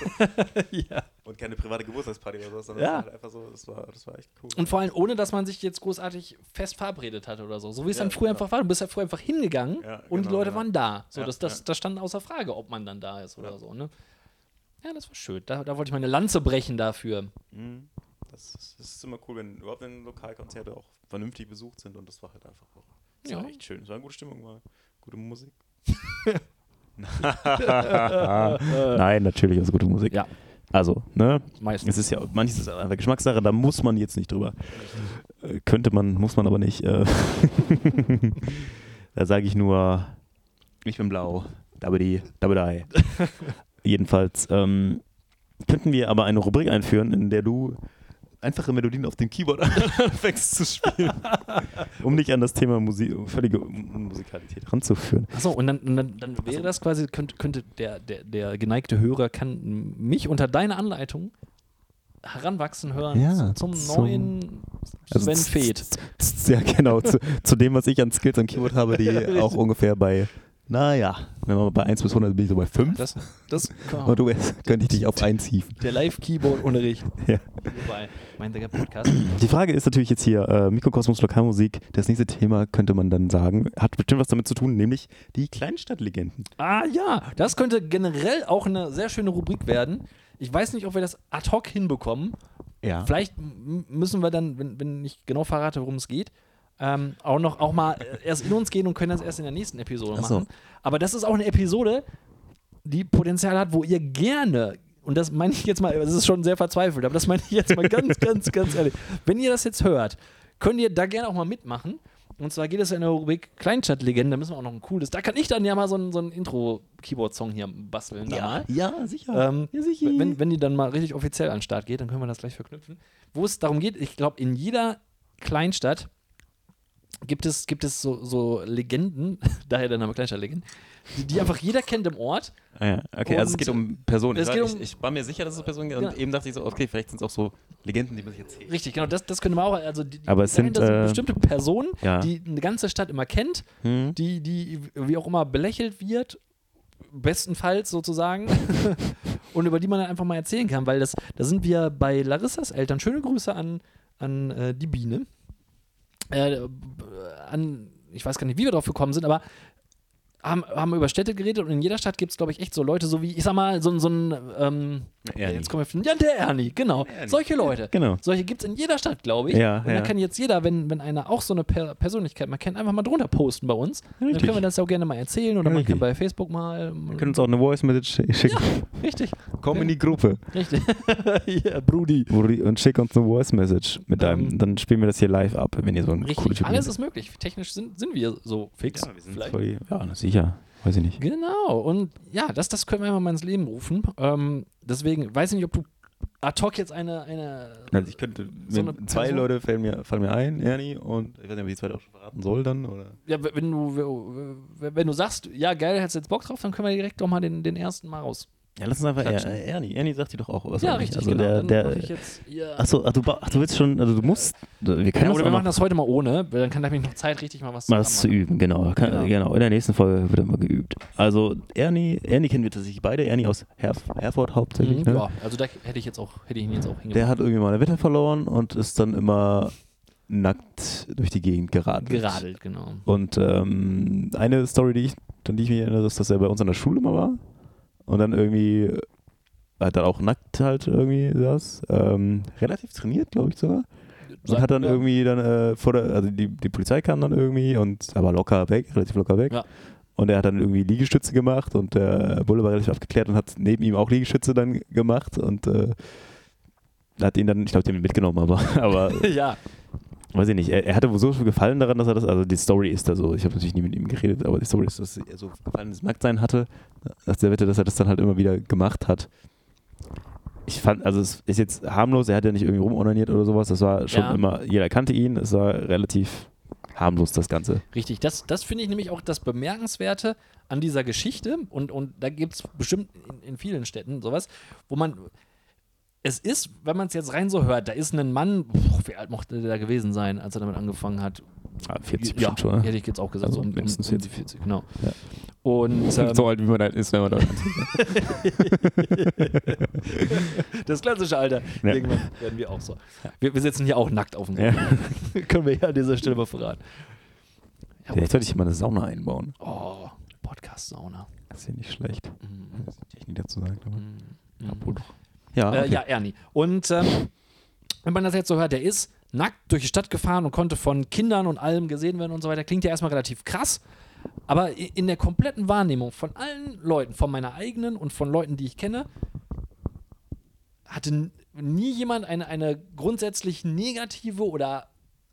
ja. und keine private Geburtstagsparty oder so, sondern ja. das war halt einfach so, das war, das war echt cool. Und vor allem ohne, dass man sich jetzt großartig fest verabredet hat oder so. So wie es ja, dann früher genau. einfach war. Du bist ja früher einfach hingegangen ja, und genau, die Leute ja. waren da. So, ja, das, das, ja. das stand außer Frage, ob man dann da ist oder ja. so. Ne? Ja, das war schön. Da, da wollte ich meine Lanze brechen dafür. Mhm. Das, ist, das ist immer cool, wenn überhaupt wenn Lokalkonzerte auch vernünftig besucht sind und das war halt einfach auch. Das ja. war echt schön. Es war eine gute Stimmung, war gute Musik. Nein, natürlich ist gute Musik. Ja. Also, ne? Meistens. Es ist ja, manches ist einfach Geschmackssache, da muss man jetzt nicht drüber. Äh, könnte man, muss man aber nicht. Äh da sage ich nur, ich bin blau. Dabedi, dabedi. Jedenfalls ähm, könnten wir aber eine Rubrik einführen, in der du einfache Melodien auf dem Keyboard anfängst zu spielen, um dich an das Thema Musik, völlige Musikalität ranzuführen. Achso, und dann, und dann, dann wäre das quasi, könnte, könnte der, der, der geneigte Hörer kann mich unter deiner Anleitung heranwachsen hören ja, zum, zum neuen Sven also Feth. Ja, genau, zu, zu dem, was ich an Skills am Keyboard habe, die ja, auch ungefähr bei, naja, wenn man bei eins bis hundert bin ich so bei fünf. Das, das und du könnte ich dich auf eins hieven. Der Live-Keyboard-Unterricht. Ja. Wobei, mein der Podcast. Die Frage ist natürlich jetzt hier, äh, Mikrokosmos Lokalmusik, das nächste Thema könnte man dann sagen, hat bestimmt was damit zu tun, nämlich die Kleinstadtlegenden. Ah ja, das könnte generell auch eine sehr schöne Rubrik werden. Ich weiß nicht, ob wir das ad hoc hinbekommen. Ja. Vielleicht m- müssen wir dann, wenn, wenn ich genau verrate, worum es geht, ähm, auch noch auch mal erst in uns gehen und können das erst in der nächsten Episode Ach so. machen. Aber das ist auch eine Episode, die Potenzial hat, wo ihr gerne, und das meine ich jetzt mal, das ist schon sehr verzweifelt, aber das meine ich jetzt mal ganz, ganz, ganz ehrlich. Wenn ihr das jetzt hört, könnt ihr da gerne auch mal mitmachen. Und zwar geht es in der Rubrik Kleinstadtlegende, da müssen wir auch noch ein cooles, da kann ich dann ja mal so einen, so einen Intro-Keyboard-Song hier basteln. Ja, ja, sicher. Ähm, ja, sicher. Wenn, wenn die dann mal richtig offiziell an den Start geht, dann können wir das gleich verknüpfen. Wo es darum geht, ich glaube, in jeder Kleinstadt gibt es, gibt es so, so Legenden, daher der Name Kleinstadtlegenden, die, die einfach jeder kennt im Ort. Ah ja, okay, Und also es geht um Personen. es Ich geht war, um- ich, ich war mir sicher, dass es Personen geht Genau. und eben dachte ich so, okay, vielleicht sind es auch so Legenden, die man sich erzählt. Richtig, genau, das, das könnte man auch, also die, Aber es sind, dahinter äh, bestimmte Personen, ja. die eine ganze Stadt immer kennt, Hm? die, die wie auch immer belächelt wird, bestenfalls sozusagen, und über die man dann einfach mal erzählen kann, weil das, da sind wir bei Larissas Eltern, schöne Grüße an, an äh, die Biene, äh, an, ich weiß gar nicht, wie wir drauf gekommen sind, aber haben, haben über Städte geredet und in jeder Stadt gibt es, glaube ich, echt so Leute, so wie, ich sag mal, so, so ein, ähm, Ernie. jetzt kommen wir, ja, der Ernie, genau, Ernie. solche Leute. Genau. Solche gibt es in jeder Stadt, glaube ich. Ja, und dann ja. kann jetzt jeder, wenn, wenn einer auch so eine per Persönlichkeit man kennt, einfach mal drunter posten bei uns. Dann Richtig. können wir das auch gerne mal erzählen oder man Richtig. kann bei Facebook mal. Wir können uns auch eine Voice-Message sch- schicken. Richtig, Komm in die Gruppe richtig. Ja, Brudi. Brudi, und schick uns eine Voice-Message mit deinem. Ähm, Dann spielen wir das hier live ab, wenn ihr so ein cooler Richtig, Typ alles seid. ist möglich. Technisch sind, sind wir so fix. Ja, wir sind vielleicht. voll, ja, na sicher. Weiß ich nicht. Genau, und ja, das, das können wir einfach mal ins Leben rufen. Ähm, deswegen weiß ich nicht, ob du ad hoc jetzt eine. eine Also ich könnte, So mir- eine zwei Person- Leute fallen mir, fallen mir ein, Ernie, und ich weiß nicht, ob ich die zweite auch schon verraten soll dann, oder? ja, wenn du, wenn du sagst, ja, geil, hättest du jetzt Bock drauf, dann können wir direkt doch mal den, den ersten mal raus. Ja, lass uns einfach Klatschen. er, Ernie. Ernie sagt dir doch auch was. Ja, oder nicht? richtig, Also genau. der, Dann der, mach ich jetzt, ja. Achso, ach, du, ba- ach, du willst schon, also du musst, wir können Ja, das oder auch wir noch machen das heute mal ohne, weil dann kann ich mich noch Zeit richtig mal was mal was zu zusammen üben, genau. Kann, Genau. genau. In der nächsten Folge wird immer geübt. Also Ernie, Ernie kennen wir tatsächlich beide. Ernie aus Herf Herford machen. hauptsächlich. Mhm, Ne? ja, also da hätte ich jetzt auch, hätte ich ihn jetzt auch hingemacht. Der hat irgendwie mal eine Wette verloren und ist dann immer nackt durch die Gegend geradelt. Geradelt, genau. Und ähm, eine Story, die ich, an die ich mich erinnere, ist, dass er bei uns an der Schule mal war und dann irgendwie halt dann auch nackt halt irgendwie saß. Ähm, relativ trainiert, glaube ich sogar. Und hat dann ja. irgendwie dann äh, vor der, also die, die Polizei kam dann irgendwie und aber locker weg, relativ locker weg. Ja. Und er hat dann irgendwie Liegestütze gemacht und der Bulle war relativ abgeklärt und hat neben ihm auch Liegestütze dann gemacht und äh, hat ihn dann, ich glaube, den mitgenommen, aber, aber ja, weiß ich nicht, er, er hatte wohl so viel Gefallen daran, dass er das, also die Story ist da so, ich habe natürlich nie mit ihm geredet, aber die Story ist, dass er so gefallenes Nacktsein hatte, dass der Wette, dass er das dann halt immer wieder gemacht hat. Ich fand, also es ist jetzt harmlos, er hat ja nicht irgendwie rumornaniert oder sowas, das war schon Ja. immer, jeder kannte ihn, es war relativ harmlos, das Ganze. richtig. Das, das finde ich nämlich auch das Bemerkenswerte an dieser Geschichte und, und da gibt es bestimmt in, in vielen Städten sowas, wo man, es ist, wenn man es jetzt rein so hört, da ist ein Mann, boah, wie alt mochte der da gewesen sein, als er damit angefangen hat? Ah, vierzig ja, bestimmt schon, ne? hätte ich jetzt auch gesagt, Also so um, um, um mindestens die vierzig, genau. Ja. Und ähm, So alt, wie man halt ist, wenn man da das klassische Alter. Ja. Irgendwann werden wir auch so. Wir, wir sitzen hier auch nackt auf dem Ja. Boden. Können wir ja an dieser Stelle mal verraten. Ja, Vielleicht sollte ich mal eine Sauna einbauen. oh, Podcast-Sauna. Das ist ja nicht schlecht. Mhm. Das ist Technik dazu sagen, aber. Mhm. Apropos. Ja, Äh, okay. ja, Ernie. Und ähm, wenn man das jetzt so hört, der ist nackt durch die Stadt gefahren und konnte von Kindern und allem gesehen werden und so weiter. Klingt ja erstmal relativ krass. Aber i- in der kompletten Wahrnehmung von allen Leuten, von meiner eigenen und von Leuten, die ich kenne, hatte n- nie jemand eine, eine grundsätzlich negative oder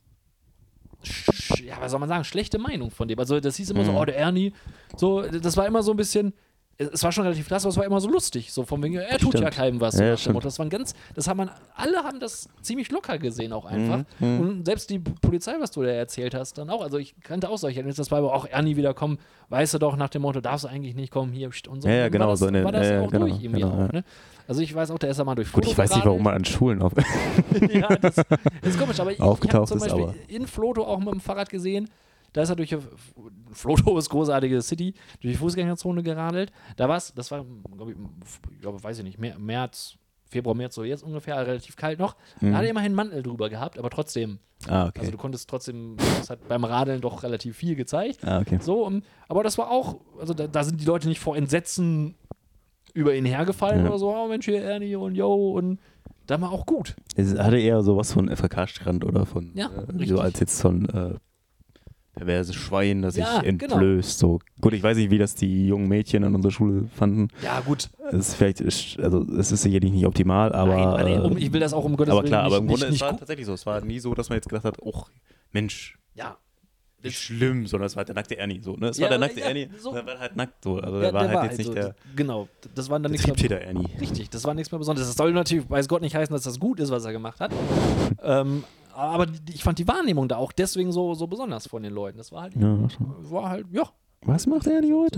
sch- ja, was soll man sagen, schlechte Meinung von dem. Also das hieß immer so, Mhm. oh, der Ernie, so, das war immer so ein bisschen, es war schon relativ krass, aber es war immer so lustig, so von wegen, er tut ja Stimmt. keinem was. Ja, so ja, nach dem stimmt. Motto. Das waren ganz, das haben man, alle haben das ziemlich locker gesehen auch einfach. Mhm, mhm. Und selbst die Polizei, was du da erzählt hast, dann auch. Also ich kannte auch solche Erlebnisse, das war aber auch Ernie wieder kommen, weißt du doch nach dem Motto, darfst du eigentlich nicht kommen, hier pst, und so. Ja, ja, Und genau, war das, so eine- war das ja, ja, auch genau, durch irgendwie genau, auch, ja. ne? Also ich weiß auch, der ist da mal durch Gut, Foto ich weiß nicht, warum man an Schulen auf. ja, das, das ist komisch, aber ich, ich habe Aufgetaucht zum ist, Beispiel aber- in Floto auch mit dem Fahrrad gesehen, da ist er durch, Floto ist großartige City, durch die Fußgängerzone geradelt. Da war es, das war, glaube ich, ich glaube, weiß ich nicht, Mä- März, Februar, März, so jetzt ungefähr, relativ kalt noch. Mhm. Da hat er immerhin einen Mantel drüber gehabt, aber trotzdem, Ah, okay. also du konntest trotzdem, das hat beim Radeln doch relativ viel gezeigt. ah, okay. So, um, aber das war auch, also da, da sind die Leute nicht vor Entsetzen über ihn hergefallen Ja. oder so, oh Mensch, hier Ernie und yo, und da war auch gut. Es hatte eher sowas von F K K-Strand oder von, Ja, äh, richtig. so als jetzt von äh, perverses Schwein, das Ja, sich genau. entblößt. So. Gut, ich weiß nicht, wie das die jungen Mädchen an unserer Schule fanden. Ja, gut. Es ist vielleicht, also es ist sicherlich nicht optimal, aber. Nein, nein, um, äh, ich will das auch um Gottes aber Willen klar, nicht, aber im nicht, Grunde nicht es war gu- tatsächlich so. Es war nie so, dass man jetzt gedacht hat, oh, Mensch, Ja, nicht schlimm, sondern es war der nackte Ernie. So, ne? Es Ja, war der nackte ja, Ernie, so. der war halt nackt. So. Also ja, der war halt war jetzt nicht so, der, genau, das war dann der nichts mehr, Triebtäter Ernie. richtig, das war nichts mehr Besonderes. Das soll natürlich, weiß Gott, nicht heißen, dass das gut ist, was er gemacht hat. ähm, aber die, ich fand die Wahrnehmung da auch deswegen so, so besonders von den Leuten. Das war halt, Ja, war halt, ja, was macht Ernie heute?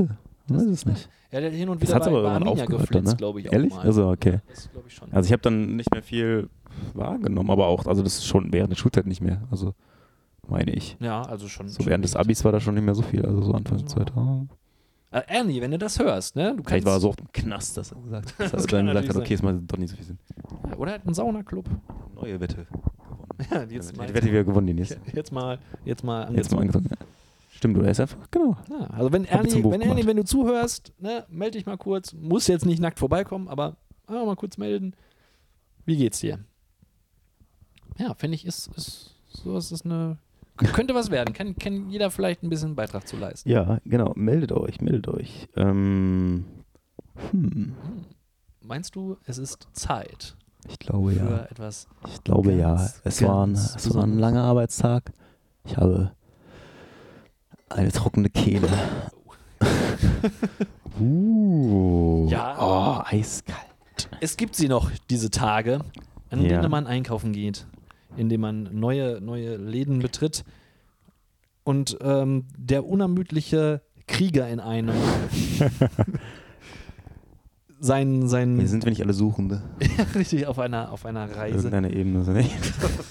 Man weiß es nicht. Ja, der hat hin und Das wieder hat's bei, aber bei irgendwann Arminia aufgehört, geflitzt, ne? glaube ich. Auch Ehrlich? mal. Also, okay. Ja, das glaube ich schon. Also ich habe dann nicht mehr viel wahrgenommen, aber auch, also das ist schon während der Schulzeit nicht mehr. Also meine ich. Ja, also schon. So schon während des wichtig. Abis war da schon nicht mehr so viel, also so Anfang zweitausend. Äh, Ernie, wenn du das hörst, ne? Du kannst, Vielleicht war er so auf dem Knast, dass er gesagt hat, Das dass er kann dann gesagt hat, natürlich okay, es macht doch nicht so viel Sinn. Oder er hat einen Saunaclub. Neue Wette. Ja, die jetzt Die mal, Wette wieder gewonnen, die nächste. jetzt mal, jetzt mal Jetzt mal angezogen. angefangen. Ja. Stimmt, oder? Er ist einfach, genau. Ja, also wenn Hab jetzt ein Ernie, Buch wenn Ernie, gemacht. wenn du zuhörst, ne, melde dich mal kurz. Muss jetzt nicht nackt vorbeikommen, aber einfach mal kurz melden. Wie geht's dir? Ja, finde ich, ist, ist so ist es eine. Könnte was werden. Kann, kann jeder vielleicht ein bisschen Beitrag zu leisten. Ja, genau. Meldet euch, meldet euch. Ähm, hm. Hm. Meinst du, es ist Zeit Ich glaube für ja. etwas? Ich glaube ja. Ganz, Es war, ein, ganz es war ein Besonderes. langer Arbeitstag. Ich habe eine trockene Kehle. uh. Ja. Oh, eiskalt. Es gibt sie noch, diese Tage, an Ja. denen man einkaufen geht, in denen man neue, neue Läden betritt und ähm, der unermüdliche Krieger in einem sein, sein Wir sind wir nicht alle Suchende. richtig auf einer, auf einer Reise, Irgendeine Ebene. sind nicht.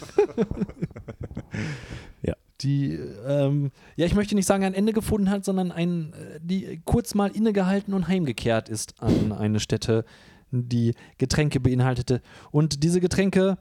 die, ähm, ja, ich möchte nicht sagen, ein Ende gefunden hat, sondern ein, äh, die kurz mal innegehalten und heimgekehrt ist an eine Stätte, die Getränke beinhaltete. Und diese Getränke,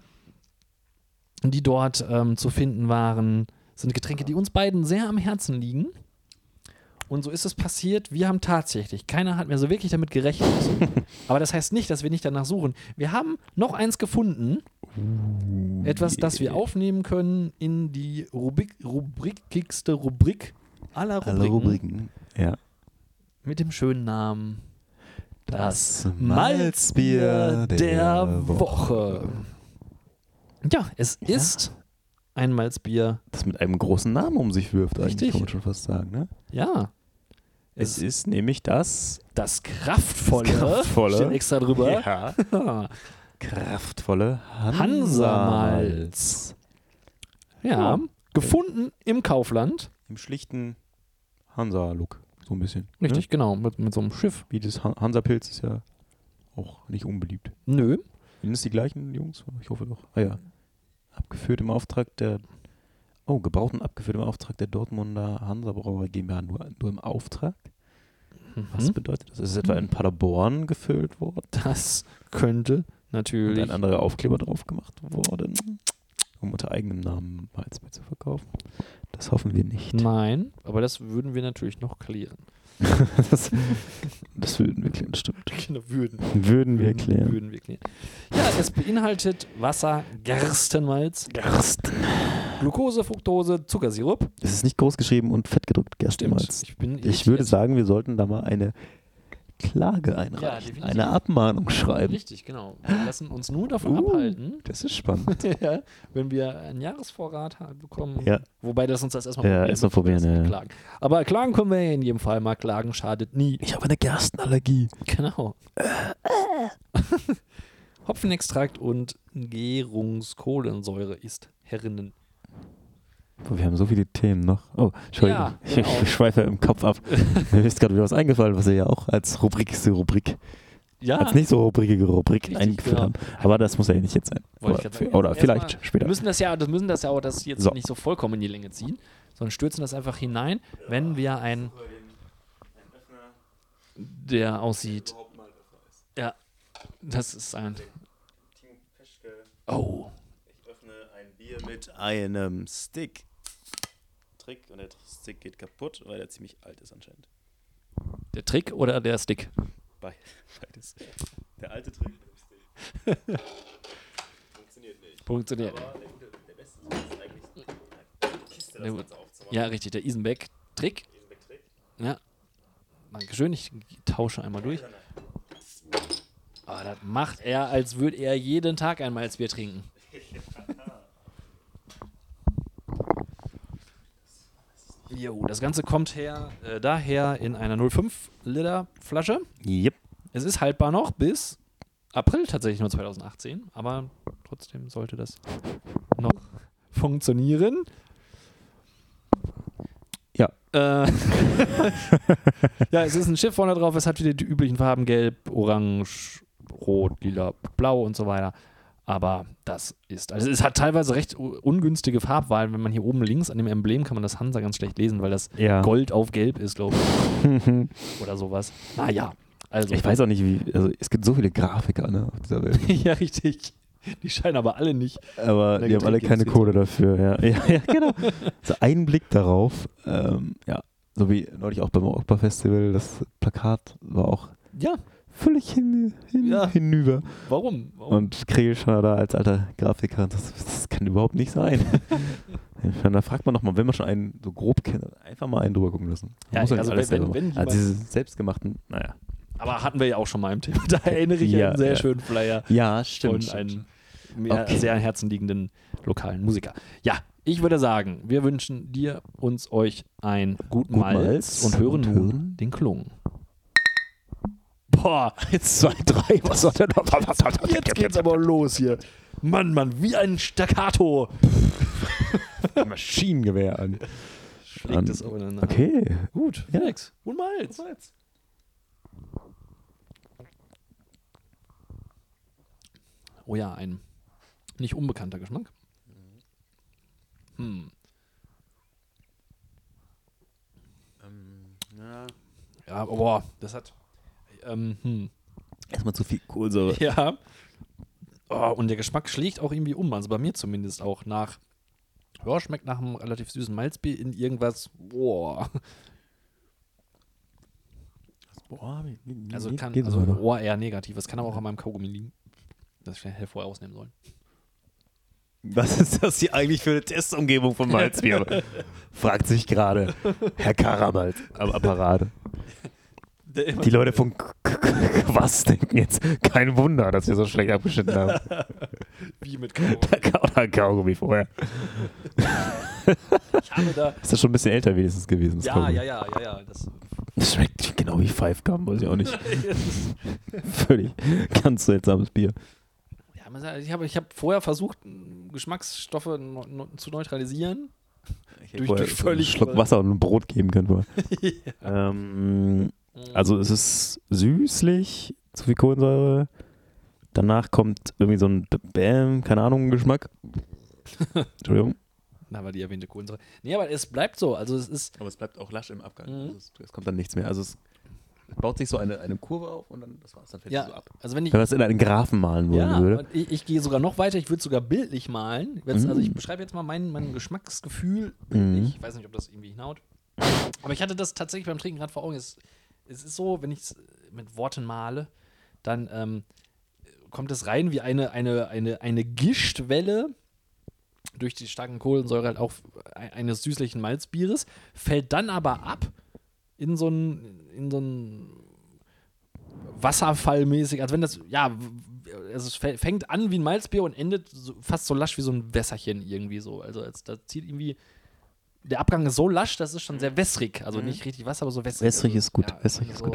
die dort ähm, zu finden waren, sind Getränke, die uns beiden sehr am Herzen liegen. Und so ist es passiert. Wir haben tatsächlich, keiner hat mir so wirklich damit gerechnet. Aber das heißt nicht, dass wir nicht danach suchen. Wir haben noch eins gefunden. Etwas, das wir aufnehmen können in die Rubrik, rubrikigste Rubrik aller Rubriken. Alle Rubriken. Ja. Mit dem schönen Namen Das Malzbier Malzbier der, der Woche. Ja, es Ja. ist ein Malzbier. Das mit einem großen Namen um sich wirft, eigentlich, Richtig. kann man schon fast sagen. Ne? Ja. Es Es ist nämlich das das kraftvolle, Das kraftvolle. steht extra drüber, ja, kraftvolle Hansa-Malz. Hansa-Malz. Ja, Ja. gefunden im Kaufland. Im schlichten Hansa-Look, so ein bisschen. Richtig, Ne? genau, mit, mit so einem Schiff. Wie das Han- Hansa-Pilz ist ja auch nicht unbeliebt. Nö. Sind es die gleichen Jungs? Ich hoffe doch. Ah ja. Abgeführt im Auftrag der. Oh, gebaut und abgeführt im Auftrag der Dortmunder Hansa-Brauerei GmbH. Nur, nur im Auftrag? Was Mhm. bedeutet das? Ist es etwa in Paderborn gefüllt worden? Das könnte Und natürlich. ein anderer Aufkleber drauf gemacht worden, um unter eigenem Namen Malzbier zu verkaufen? Das hoffen wir nicht. Nein, aber das würden wir natürlich noch klären. das, das würden wir klären, stimmt. Genau, würden. Würden wir Würden, klären. würden wir klären. Ja, es beinhaltet Wasser, Gerstenmalz, Gersten. Glucose, Fructose, Zuckersirup. Es ist nicht groß geschrieben und fett gedruckt, Gerstenmalz. Ich, bin, Ich würde jetzt- sagen, wir sollten da mal eine Klage Ja, einreichen, definitiv. eine Abmahnung schreiben. Richtig, genau. Wir lassen uns nur davon Uh. abhalten, Das ist spannend. ja, wenn wir einen Jahresvorrat haben bekommen. Ja. Wobei das uns das erstmal Ja, erst mal bevor wir probieren, das ja. klagen. Aber klagen können wir ja in jedem Fall mal. Klagen schadet nie. Ich habe eine Gerstenallergie. Genau. Hopfenextrakt und Gärungskohlensäure ist Herinnen. Boah, wir haben so viele Themen noch. Oh, Entschuldigung. Ja, ich, genau. ich schweife im Kopf ab. Mir ist gerade wieder was eingefallen, was wir ja auch als rubrikste Rubrik, Ja, als nicht so rubrikige Rubrik Richtig, eingeführt genau. haben. Aber das muss ja nicht jetzt sein. Wollte ich Oder, grad für, sagen. oder Erst vielleicht mal, später. Wir müssen das ja, das müssen das ja auch das jetzt So. nicht so vollkommen in die Länge ziehen, sondern stürzen das einfach hinein, wenn wir ein, der aussieht. Ja, das ist ein. Oh. Ich öffne ein Bier mit einem Stick. Trick und der Stick geht kaputt, weil er ziemlich alt ist anscheinend. Der Trick oder der Stick? Be- Beides. Der alte Trick mit dem Stick. Funktioniert nicht. Funktioniert. Aber der, gute, der beste ist eigentlich die Kiste, Ja, das gut. Ganze aufzumachen. Ja, richtig, der Isenbeck-Trick. Trick. Ja. Dankeschön, ich tausche einmal durch. Aber das macht er, als würde er jeden Tag ein Malzbier trinken. Jo, das Ganze kommt her, äh, daher in einer null Komma fünf Liter Flasche. Yep. Es ist haltbar noch bis April tatsächlich nur zweitausendachtzehn, aber trotzdem sollte das noch funktionieren. Ja. Äh, ja, es ist ein Schiff vorne drauf, es hat wieder die üblichen Farben, gelb, orange, rot, lila, blau und so weiter. Aber das ist, also es hat teilweise recht ungünstige Farbwahlen. Wenn man hier oben links an dem Emblem kann man das Hansa ganz schlecht lesen, weil das Ja. Gold auf Gelb ist, glaube ich. Oder sowas. Naja, also. Ich weiß auch nicht, wie, also es gibt so viele Grafiker, ne, auf dieser Welt. Ja, richtig. Die scheinen aber alle nicht. Aber Der die haben alle keine Getränkeindustrie. Kohle dafür, ja. Ja, ja, genau. So ein Blick darauf, ähm, ja, so wie neulich auch beim Oktoberfestival, das Plakat war auch Ja, völlig hin, hin, Ja. hinüber. warum? warum? Und Kreel schon da als alter Grafiker, das, das kann überhaupt nicht sein. Da fragt man nochmal, wenn man schon einen so grob kennt, einfach mal einen drüber gucken lassen. Man Ja, muss ja nicht also alles wenn- selber wenn machen. Also jemand- diese selbstgemachten, naja. Aber hatten wir ja auch schon mal im Thema. Da erinnere ich Ja, an einen sehr ja. schönen Flyer Ja, von einem mir Okay. sehr am Herzen liegenden lokalen Musiker. Ja, ich würde sagen, wir wünschen dir, uns, euch einen guten Guten Malz, Malz und hören und nun hören den Klung. Boah, Jetzt zwei, drei, was soll denn noch? jetzt geht's aber los hier. Mann, Mann, wie ein Staccato. Maschinengewehr an. Schlägt es aufeinander. Okay. Gut, Ja. Felix. Und Malz. Oh ja, ein nicht unbekannter Geschmack. Hm. Ähm, ja. Ja, boah, das hat. Ähm, hm. Erstmal zu viel Kohlensäure. Ja. Oh, und der Geschmack schlägt auch irgendwie um. Also bei mir zumindest auch nach. Ja, schmeckt nach einem relativ süßen Malzbier in irgendwas. Boah. Boah, wie, wie, Also wie kann. geht's Also aber noch? Ohr eher negativ. Das kann aber auch an meinem Kaugummi liegen. Das ich hervor ausnehmen sollen. Was ist das hier eigentlich für eine Testumgebung von Malzbier? Fragt sich gerade Herr Karamalt am Apparat. Die Leute von K- K- K- was denken jetzt? Kein Wunder, dass wir so schlecht abgeschnitten haben. Wie mit Kaugummi. Da Ka- oder Kaugummi vorher. Ich habe da. Ist das schon ein bisschen älter wenigstens gewesen? Das Ja, Kaugummi? ja, ja, ja, ja. Das, Das schmeckt genau wie Five Gum, weiß ich auch nicht. Völlig ganz seltsames Bier. ja, man sagt, ich habe ich hab vorher versucht, Geschmacksstoffe no, no, zu neutralisieren. Durch- Vorher durch so völlig- einen Schluck Wasser und ein Brot geben können. Vorher. ähm, also es ist süßlich, zu viel Kohlensäure. Danach kommt irgendwie so ein B- Bäm, keine Ahnung, Geschmack. Entschuldigung. Da war die erwähnte Kohlensäure. Nee, aber es bleibt so. Also es ist. Aber es bleibt auch lasch im Abgang. Mhm. Also es, es kommt dann nichts mehr. Also es baut sich so eine, eine Kurve auf und dann, das war's, dann fällt Ja, es so ab. also wenn ich. Wenn man es in einen Graphen malen wollen Ja, würde. und ich, ich gehe sogar noch weiter. Ich würde sogar bildlich malen. Jetzt, Mhm. Also ich beschreibe jetzt mal mein, mein Geschmacksgefühl. Mhm. Ich weiß nicht, ob das irgendwie hinhaut. Aber ich hatte das tatsächlich beim Trinken gerade vor Augen. Es, es ist so, wenn ich es mit Worten male, dann ähm, kommt es rein wie eine, eine, eine, eine Gischtwelle durch die starken Kohlensäure halt auch eines süßlichen Malzbieres, fällt dann aber ab in so ein, in so ein Wasserfallmäßig, als wenn das, ja, also es fä- fängt an wie ein Malzbier und endet so, fast so lasch wie so ein Wässerchen irgendwie so. Also als, da zieht irgendwie, der Abgang ist so lasch, das ist schon sehr wässrig. Also nicht richtig Wasser, aber so wässrig. Wässrig also, ist gut, ja, wässrig ist so. gut.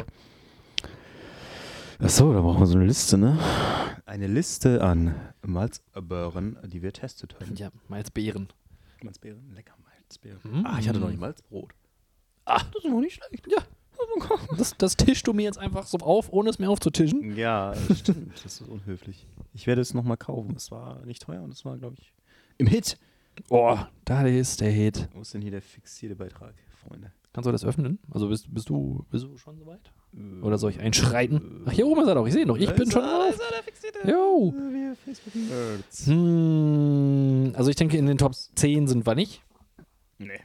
Achso, da brauchen wir so eine Liste, ne? Eine Liste an Malzbeeren, die wir testet haben. Ja, Malzbeeren. Malzbeeren, lecker Malzbeeren. Mm. Ah, ich hatte noch nicht Malzbrot. Ah, das ist noch nicht schlecht. Ja. Das, das tischst du mir jetzt einfach so auf, ohne es mir aufzutischen. Ja, stimmt. Das ist unhöflich. Ich werde es nochmal kaufen. Es war nicht teuer und es war, glaube ich, im Hit. Oh, da ist der Hit. Wo ist denn hier der fixierte Beitrag, Freunde? Kannst du das öffnen? Also bist, bist, du, bist du schon soweit? Oder soll ich einschreiten? Ach, hier oben ist er doch. Ich sehe ihn doch. Ich bin schon drauf. Jo. Hm, also ich denke, in den Top zehn sind wir nicht. Nee.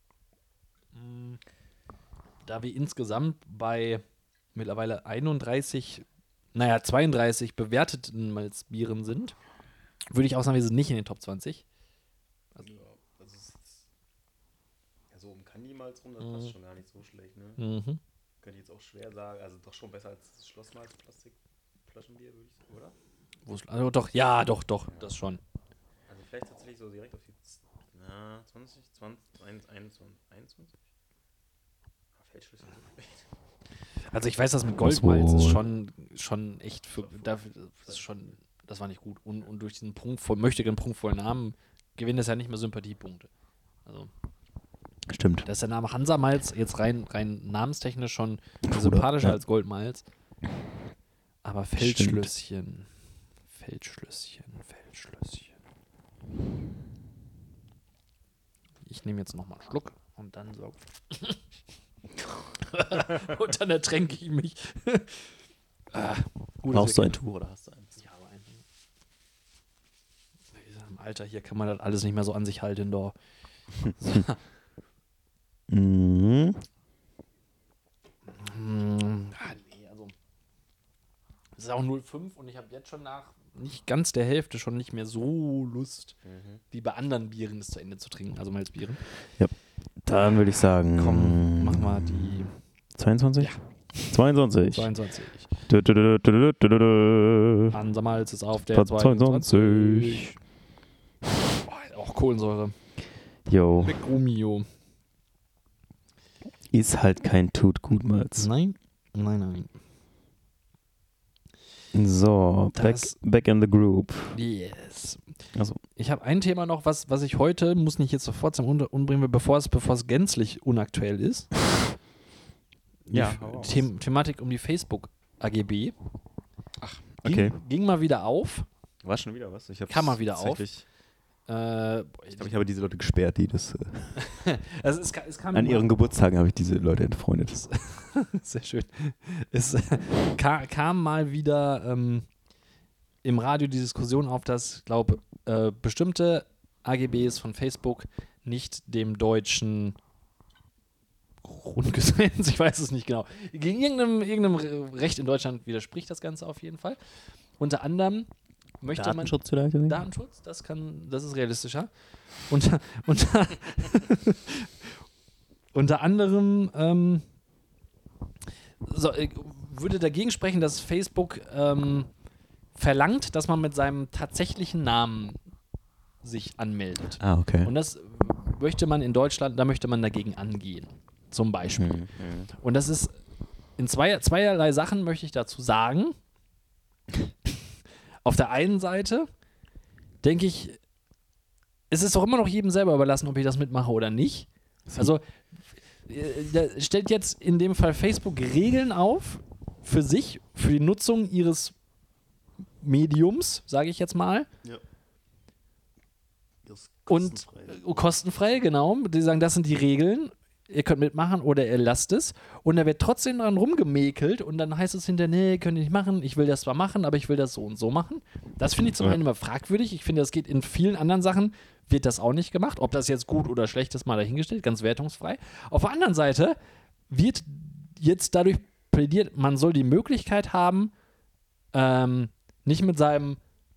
Da wir insgesamt bei mittlerweile einunddreißig, naja, zweiunddreißig bewerteten Malzbieren sind, würde ich auch sagen, wir sind nicht in den Top zwanzig. Also, das ist ja, so um Candy-Malz rum, das Mhm. passt schon gar nicht so schlecht, ne? Mhm. Könnte ich jetzt auch schwer sagen. Also doch schon besser als das Schlossmalz Plastikflaschenbier, würde ich sagen, oder? Wo ist, also doch, ja, doch, doch, das schon. Also vielleicht tatsächlich so direkt auf die na, zwanzig, zwanzig, einundzwanzig, einundzwanzig? Feldschlüssel so schlecht. Also ich weiß, das mit Was Goldmalz ist wohl? schon, schon echt für, dafür, das ist schon, das war nicht gut. Und, und durch diesen prunkvoll, möchtegern prunkvollen Namen gewinnt das ja nicht mehr Sympathiepunkte. Also Stimmt. Da ist der Name Hansa Malz jetzt rein, rein namenstechnisch schon Cooler, sympathischer ja. als Goldmalz. Aber Feldschlösschen. Feldschlösschen, Feldschlösschen. Ich nehme jetzt nochmal einen Schluck und dann so. Und dann ertränke ich mich. ah, Brauchst du ein Tuch oder hast du eins? Ich habe einen. Im Alter hier kann man das alles nicht mehr so an sich halten, doch. Mhm. Hm, ah, nee, also. Es ist auch null Komma fünf und ich habe jetzt schon nach nicht ganz der Hälfte schon nicht mehr so Lust, Mhm. wie bei anderen Bieren es zu Ende zu trinken, also Malzbieren. Dann würde ich sagen. Komm, mach mal die zweiundzwanzig? Ja. zweiundzwanzig. zweiundzwanzig. Du, du, du, du, du, du, du. Hansa Malz ist auf der Platz zweiundzwanzig. Oh, auch Kohlensäure. Jo. Mit Romeo. Ist halt kein Tut-Gut-Malz. Nein, nein, nein. So, back, Das- back in the group. Yes. Also, Ich habe ein Thema noch, was, was ich heute, muss nicht jetzt sofort zum Un- Umbringen, will, bevor es, bevor es gänzlich unaktuell ist. Ja, Die hau raus. The Thematik um die Facebook-A G B. Ging, okay. ging mal wieder auf. War schon wieder was? Ich hab's Kam mal wieder auf. tatsächlich- Äh, Ich glaube, ich habe diese Leute gesperrt, die das. Äh, also es, ka- es kam an mal- ihren Geburtstagen habe ich diese Leute entfreundet. Sehr schön. Es äh, ka kam mal wieder ähm, im Radio die Diskussion auf, dass, glaube äh, bestimmte A G Bs von Facebook nicht dem deutschen Grundgesetz, ich weiß es nicht genau, gegen irgendeinem, irgendeinem Recht in Deutschland widerspricht das Ganze auf jeden Fall. Unter anderem möchte man Datenschutz vielleicht? oder? Datenschutz, das kann, das ist realistischer. Unter, unter, unter anderem ähm, so, äh, würde dagegen sprechen, dass Facebook ähm, verlangt, dass man mit seinem tatsächlichen Namen sich anmeldet. Ah, okay. Und das möchte man in Deutschland, da möchte man dagegen angehen. Zum Beispiel. Mhm. Und das ist in zwei, zweierlei Sachen möchte ich dazu sagen. Auf der einen Seite denke ich, es ist doch immer noch jedem selber überlassen, ob ich das mitmache oder nicht. Also äh, da stellt jetzt in dem Fall Facebook Regeln auf für sich, für die Nutzung ihres Mediums, sage ich jetzt mal. Ja. Und äh, kostenfrei, genau. Die sagen, das sind die Regeln. Ihr könnt mitmachen oder ihr lasst es. Und da wird trotzdem dran rumgemäkelt und dann heißt es hinterher, nee, könnt ihr nicht machen. Ich will das zwar machen, aber ich will das so und so machen. Das finde ich zum Ja. einen immer fragwürdig. Ich finde, das geht in vielen anderen Sachen, wird das auch nicht gemacht. Ob das jetzt gut oder schlecht ist, mal dahingestellt, ganz wertungsfrei. Auf der anderen Seite wird jetzt dadurch plädiert, man soll die Möglichkeit haben, ähm, nicht mit seinem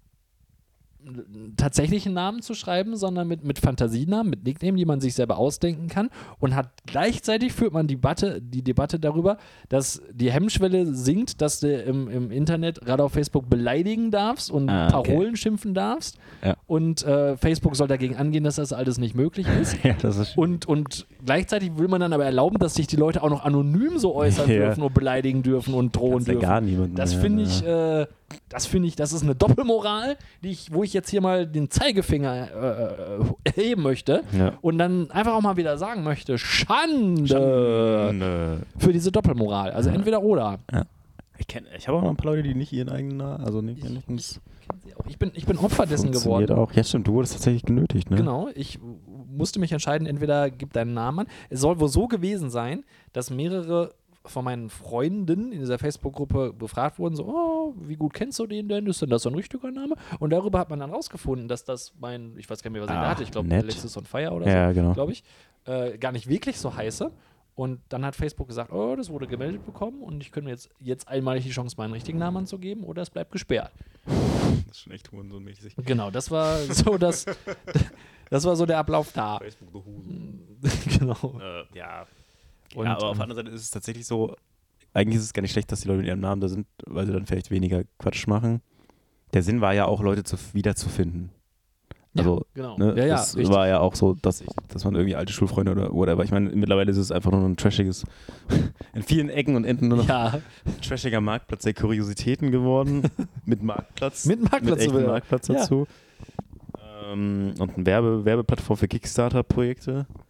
tatsächlichen Namen zu schreiben, sondern mit, mit Fantasienamen, mit Nicknamen, die man sich selber ausdenken kann und hat gleichzeitig führt man die Debatte, die Debatte darüber, dass die Hemmschwelle sinkt, dass du im, im Internet, gerade auf Facebook, beleidigen darfst und Ah, okay. Parolen schimpfen darfst Ja. und äh, Facebook soll dagegen angehen, dass das alles nicht möglich ist. Ja, das ist Und, und gleichzeitig will man dann aber erlauben, dass sich die Leute auch noch anonym so äußern Ja. dürfen und beleidigen dürfen und drohen Kannst ja dürfen. gar niemanden Das mehr, finde ne? ich, äh, das finde ich, das ist eine Doppelmoral, die ich, wo ich jetzt hier mal den Zeigefinger äh, erheben möchte Ja. und dann einfach auch mal wieder sagen möchte, Schande, Schande. für diese Doppelmoral. Also Ja. entweder oder. Ich kenne, ich habe auch noch ein paar Leute, die nicht ihren eigenen Namen, also nicht, nicht Ich, ich, bin, ich bin Opfer dessen funktioniert geworden. auch. Ja, stimmt, du wurdest tatsächlich genötigt, ne? Genau, ich musste mich entscheiden, entweder gib deinen Namen an. Es soll wohl so gewesen sein, dass mehrere von meinen Freunden in dieser Facebook-Gruppe befragt wurden, so, oh, wie gut kennst du den denn? Ist denn das so ein richtiger Name? Und darüber hat man dann rausgefunden, dass das mein, ich weiß gar nicht mehr, was ich da Ach, hatte, ich glaube nett. Alexis on Fire oder Ja, so, genau. glaube ich, äh, gar nicht wirklich so heiße. Und dann hat Facebook gesagt, oh, das wurde gemeldet bekommen und ich könnte mir jetzt, jetzt einmalig die Chance, meinen richtigen Namen anzugeben oder es bleibt gesperrt. Das ist schon echt hurensohnmäßig. Genau, das war so das, das war so der Ablauf da. Facebook the Who. Genau. Äh, ja. Und, ja, aber auf ähm, der anderen Seite ist es tatsächlich so, eigentlich ist es gar nicht schlecht, dass die Leute mit ihrem Namen da sind, weil sie dann vielleicht weniger Quatsch machen. Der Sinn war ja auch, Leute zu, wiederzufinden. Also, genau. ne, Ja, ja, das richtig. war ja auch so, dass, ich, dass man irgendwie alte Schulfreunde oder whatever, ich meine, mittlerweile ist es einfach nur ein trashiges, in vielen Ecken und Enden nur noch Ja, ein trashiger Marktplatz der Kuriositäten geworden, mit Marktplatz, mit Marktplatz mit echtem sogar. Marktplatz Ja. dazu. Ähm, und eine Werbe, Werbeplattform für Kickstarter-Projekte.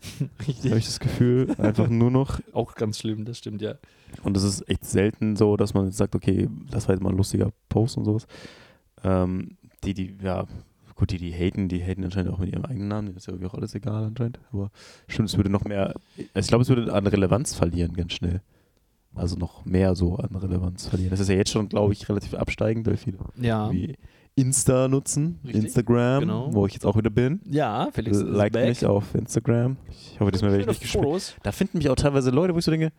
Richtig. habe ich das Gefühl. Einfach nur noch. Auch ganz schlimm, das stimmt, ja. Und es ist echt selten so, dass man sagt, okay, das war jetzt mal ein lustiger Post und sowas. Ähm, die, die, ja, gut, die, die haten, die haten anscheinend auch mit ihrem eigenen Namen, denen ist ja irgendwie auch alles egal anscheinend. Aber stimmt, es würde noch mehr, also ich glaube, es würde an Relevanz verlieren, ganz schnell. Also noch mehr so an Relevanz verlieren. Das ist ja jetzt schon, glaube ich, relativ absteigend, weil viele Ja. wie Insta nutzen, Richtig, Instagram, genau. wo ich jetzt auch wieder bin. Ja, Felix ist Like back. mich auf Instagram. Ich hoffe, diesmal werde ich Schöne nicht gespielt. Fotos. Da finden mich auch teilweise Leute, wo ich so denke,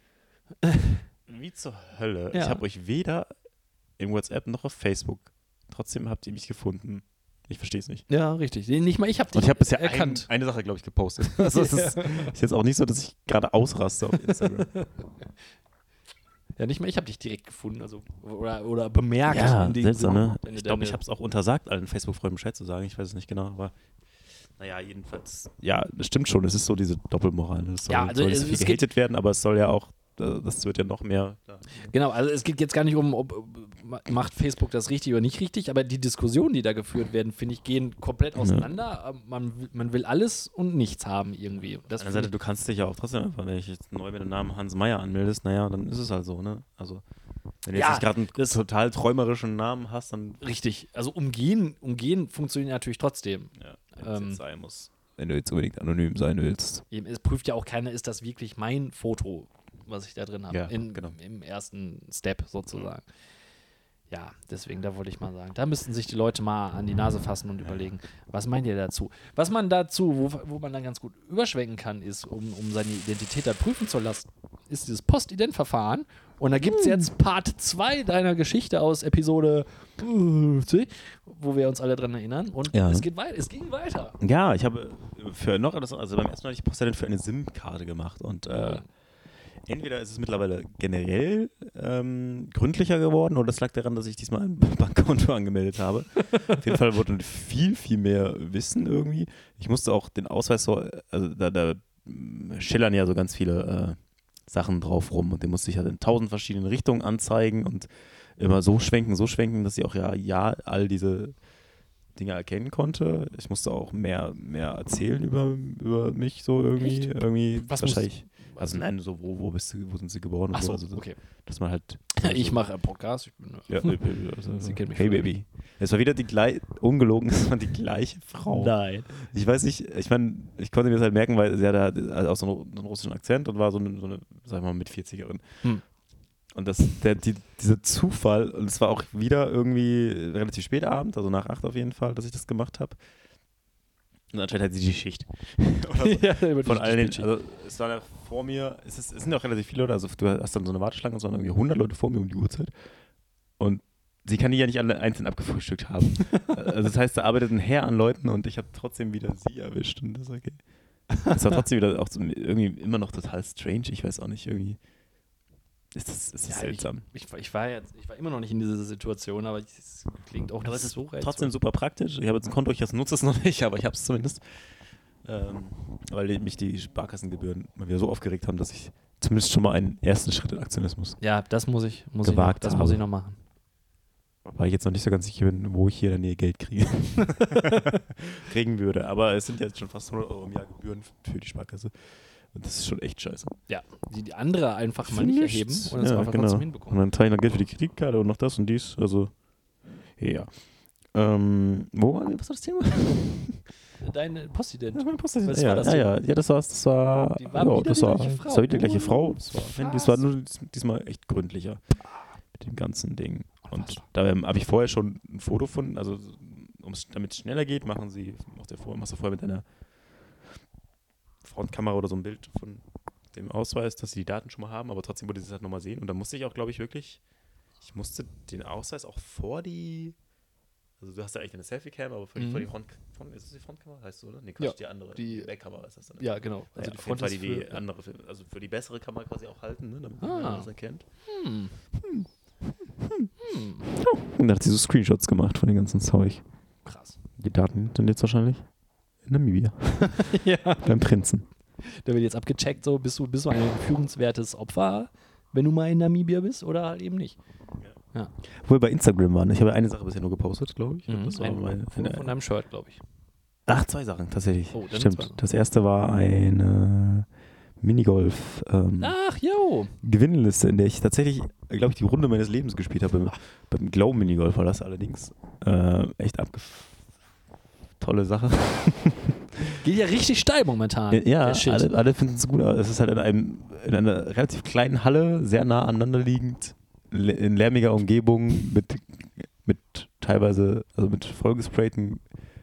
wie zur Hölle. Ja. Ich habe euch weder in WhatsApp noch auf Facebook. Trotzdem habt ihr mich gefunden. Ich verstehe es nicht. Ja, richtig. Nicht mal ich habe dich Und ich habe bisher ein, erkannt. eine Sache, glaube ich, gepostet. Also es ist, ist jetzt auch nicht so, dass ich gerade ausraste auf Instagram. Ja, nicht mal ich habe dich direkt gefunden, also oder, oder bemerkt. Ja, in dem seltsam, Sinne. ne? Deine- Ich glaube, ich deine- habe es auch untersagt, allen Facebook-Freunden Bescheid zu sagen. Ich weiß es nicht genau, aber naja, jedenfalls. Ja, das stimmt schon. Es ist so diese Doppelmoral. Es soll, Ja, also soll nicht es- so viel es geht- gehatet werden, aber es soll ja auch, äh, das wird ja noch mehr. Ja. Genau, also es geht jetzt gar nicht um, ob, ob macht Facebook das richtig oder nicht richtig, aber die Diskussionen, die da geführt werden, finde ich, gehen komplett auseinander. Man, will- man will alles und nichts haben irgendwie. Das Auf der anderen Seite, du kannst dich ja auch trotzdem einfach, wenn ich jetzt neu mit dem Namen Hans Meyer anmeldest, naja, dann ist es halt so, ne? Also, wenn du Ja, jetzt nicht gerade einen das- total träumerischen Namen hast, dann. richtig. Also umgehen, umgehen funktioniert natürlich trotzdem. Ja, wenn es Ähm, jetzt sein muss. Wenn du jetzt unbedingt anonym sein willst. Eben, es prüft ja auch keiner, ist das wirklich mein Foto, was ich da drin habe, Ja, in, genau. im ersten Step sozusagen. Ja, deswegen, da wollte ich mal sagen, da müssten sich die Leute mal an die Nase fassen und überlegen, was meint ihr dazu? Was man dazu, wo, wo man dann ganz gut überschwenken kann, ist, um, um seine Identität da prüfen zu lassen, ist dieses Postident-Verfahren. Und da gibt es jetzt Part zwei deiner Geschichte aus Episode, äh, wo wir uns alle dran erinnern. Und Ja. es geht weiter, es ging weiter. Ja, ich habe für noch, also beim ersten Mal hatte ich Postident für eine SIM-Karte gemacht und äh, entweder ist es mittlerweile generell ähm, gründlicher geworden oder das lag daran, dass ich diesmal ein Bankkonto angemeldet habe. Auf jeden Fall wurde viel, viel mehr Wissen irgendwie. Ich musste auch den Ausweis so, also da, da mm, schillern ja so ganz viele äh, Sachen drauf rum und den musste ich halt in tausend verschiedenen Richtungen anzeigen und immer so schwenken, so schwenken, dass ich auch ja, ja all diese Dinge erkennen konnte. Ich musste auch mehr, mehr erzählen über, über mich so irgendwie. Echt? irgendwie Was wahrscheinlich. musst- Also nein, so wo, wo bist du, wo sind sie geboren und Ach so, so. Also, okay. dass man halt. Ich mache einen Podcast. Ich bin, Ja, also, Sie kennen mich hey vielleicht. Baby. Es war wieder die gleiche, ungelogen, es war die gleiche Frau. Nein. Ich weiß nicht, ich meine, ich konnte mir das halt merken, weil sie hatte halt also auch so einen, so einen russischen Akzent und war so eine, so eine sag ich mal, mit vierzigerin. Hm. Und das, der, die, dieser Zufall, und es war auch wieder irgendwie relativ spät Abend, also nach acht auf jeden Fall, dass ich das gemacht habe. Und anscheinend hat sie die Schicht. Oder so. Ja, über die Von all den, Spätschicht. also es waren ja vor mir, es, ist, es sind ja auch relativ viele Leute, also du hast dann so eine Warteschlange und es waren irgendwie hundert Leute vor mir um die Uhrzeit. Und sie kann die ja nicht alle einzeln abgefrühstückt haben. Also das heißt, da arbeitet ein Heer an Leuten und ich habe trotzdem wieder sie erwischt und das ist okay. Es war trotzdem wieder auch so irgendwie immer noch total strange, ich weiß auch nicht, irgendwie ist das, ist das Ja, seltsam. Ich, ich, ich, war jetzt, ich war immer noch nicht in dieser Situation, aber es klingt auch nicht Aber es ist so reizvoll. trotzdem super praktisch. Ich habe jetzt ein Konto, ich nutze es noch nicht, aber ich habe es zumindest. Ähm, weil die, mich die Sparkassengebühren mal wieder so aufgeregt haben, dass ich zumindest schon mal einen ersten Schritt in Aktionismus, Ja, das muss ich, muss ich, noch, Gewagt das habe. muss ich noch machen. weil ich jetzt noch nicht so ganz sicher bin, wo ich hier in der Nähe Geld kriege. kriegen würde. Aber es sind jetzt schon fast hundert Euro im Jahr Gebühren für die Sparkasse. Und das ist schon echt scheiße. Ja, die, die andere einfach mal Für nicht nichts. erheben und es Ja, einfach genau. trotzdem Und hinbekommen. dann zahle ich noch Geld für die Kreditkarte und noch das und dies. Also, ja. Ähm, wo war was war das Thema? Deine Postident. Ja, meine Postassistent. Was ja, war das ja, denn? ja, ja, das war's. Das war, Die war ja, wieder das die war, gleiche Frau. Das war wieder die gleiche Oh, Frau. Das war, was? das war nur dies- diesmal echt gründlicher mit dem ganzen Ding. Und da habe ich vorher schon ein Foto von, also um's, damit es schneller geht, machen sie, macht der vor, machst du vorher mit deiner Frontkamera oder so ein Bild von dem Ausweis, dass sie die Daten schon mal haben, aber trotzdem wollte sie es halt nochmal sehen. Und da musste ich auch, glaube ich, wirklich, ich musste den Ausweis auch vor die, also du hast ja eigentlich eine Selfie-Cam, aber vor die, Mhm. vor die Front, Front, ist das die Frontkamera, heißt du, oder? Nee, Quatsch, Ja, die andere, die- die Backkamera ist das dann. Ja, genau. Also Also ja, die auf jeden Front Fall ist die, für, die andere, für, also für die bessere kann man quasi auch halten, ne, damit Ah. man das erkennt. Hm. Hm. Und dann hat sie so Screenshots gemacht von dem ganzen Zeug. Krass. Die Daten sind jetzt wahrscheinlich in Namibia, Ja. beim Prinzen. Da wird jetzt abgecheckt, so bist du, bist du ein führungswertes Opfer, wenn du mal in Namibia bist oder halt eben nicht. Wo wir bei Instagram waren. Ich habe eine Sache bisher nur gepostet, glaube ich. Das war ein, meine, von, von deinem Shirt, glaube ich. Ach, zwei Sachen tatsächlich. Oh, dann Stimmt. zwei Sachen. Das erste war eine Minigolf ähm, Ach, jo. Gewinnliste, in der ich tatsächlich, glaube ich, die Runde meines Lebens gespielt habe. Beim, beim Glow Minigolf war das allerdings äh, echt abgef... Tolle Sache. Geht ja richtig steil momentan. Ja, der Shit. alle, alle finden es gut. Aber es ist halt in, einem, in einer relativ kleinen Halle, sehr nah aneinander liegend, le- in lärmiger Umgebung, mit, mit teilweise, also mit vollgesprayten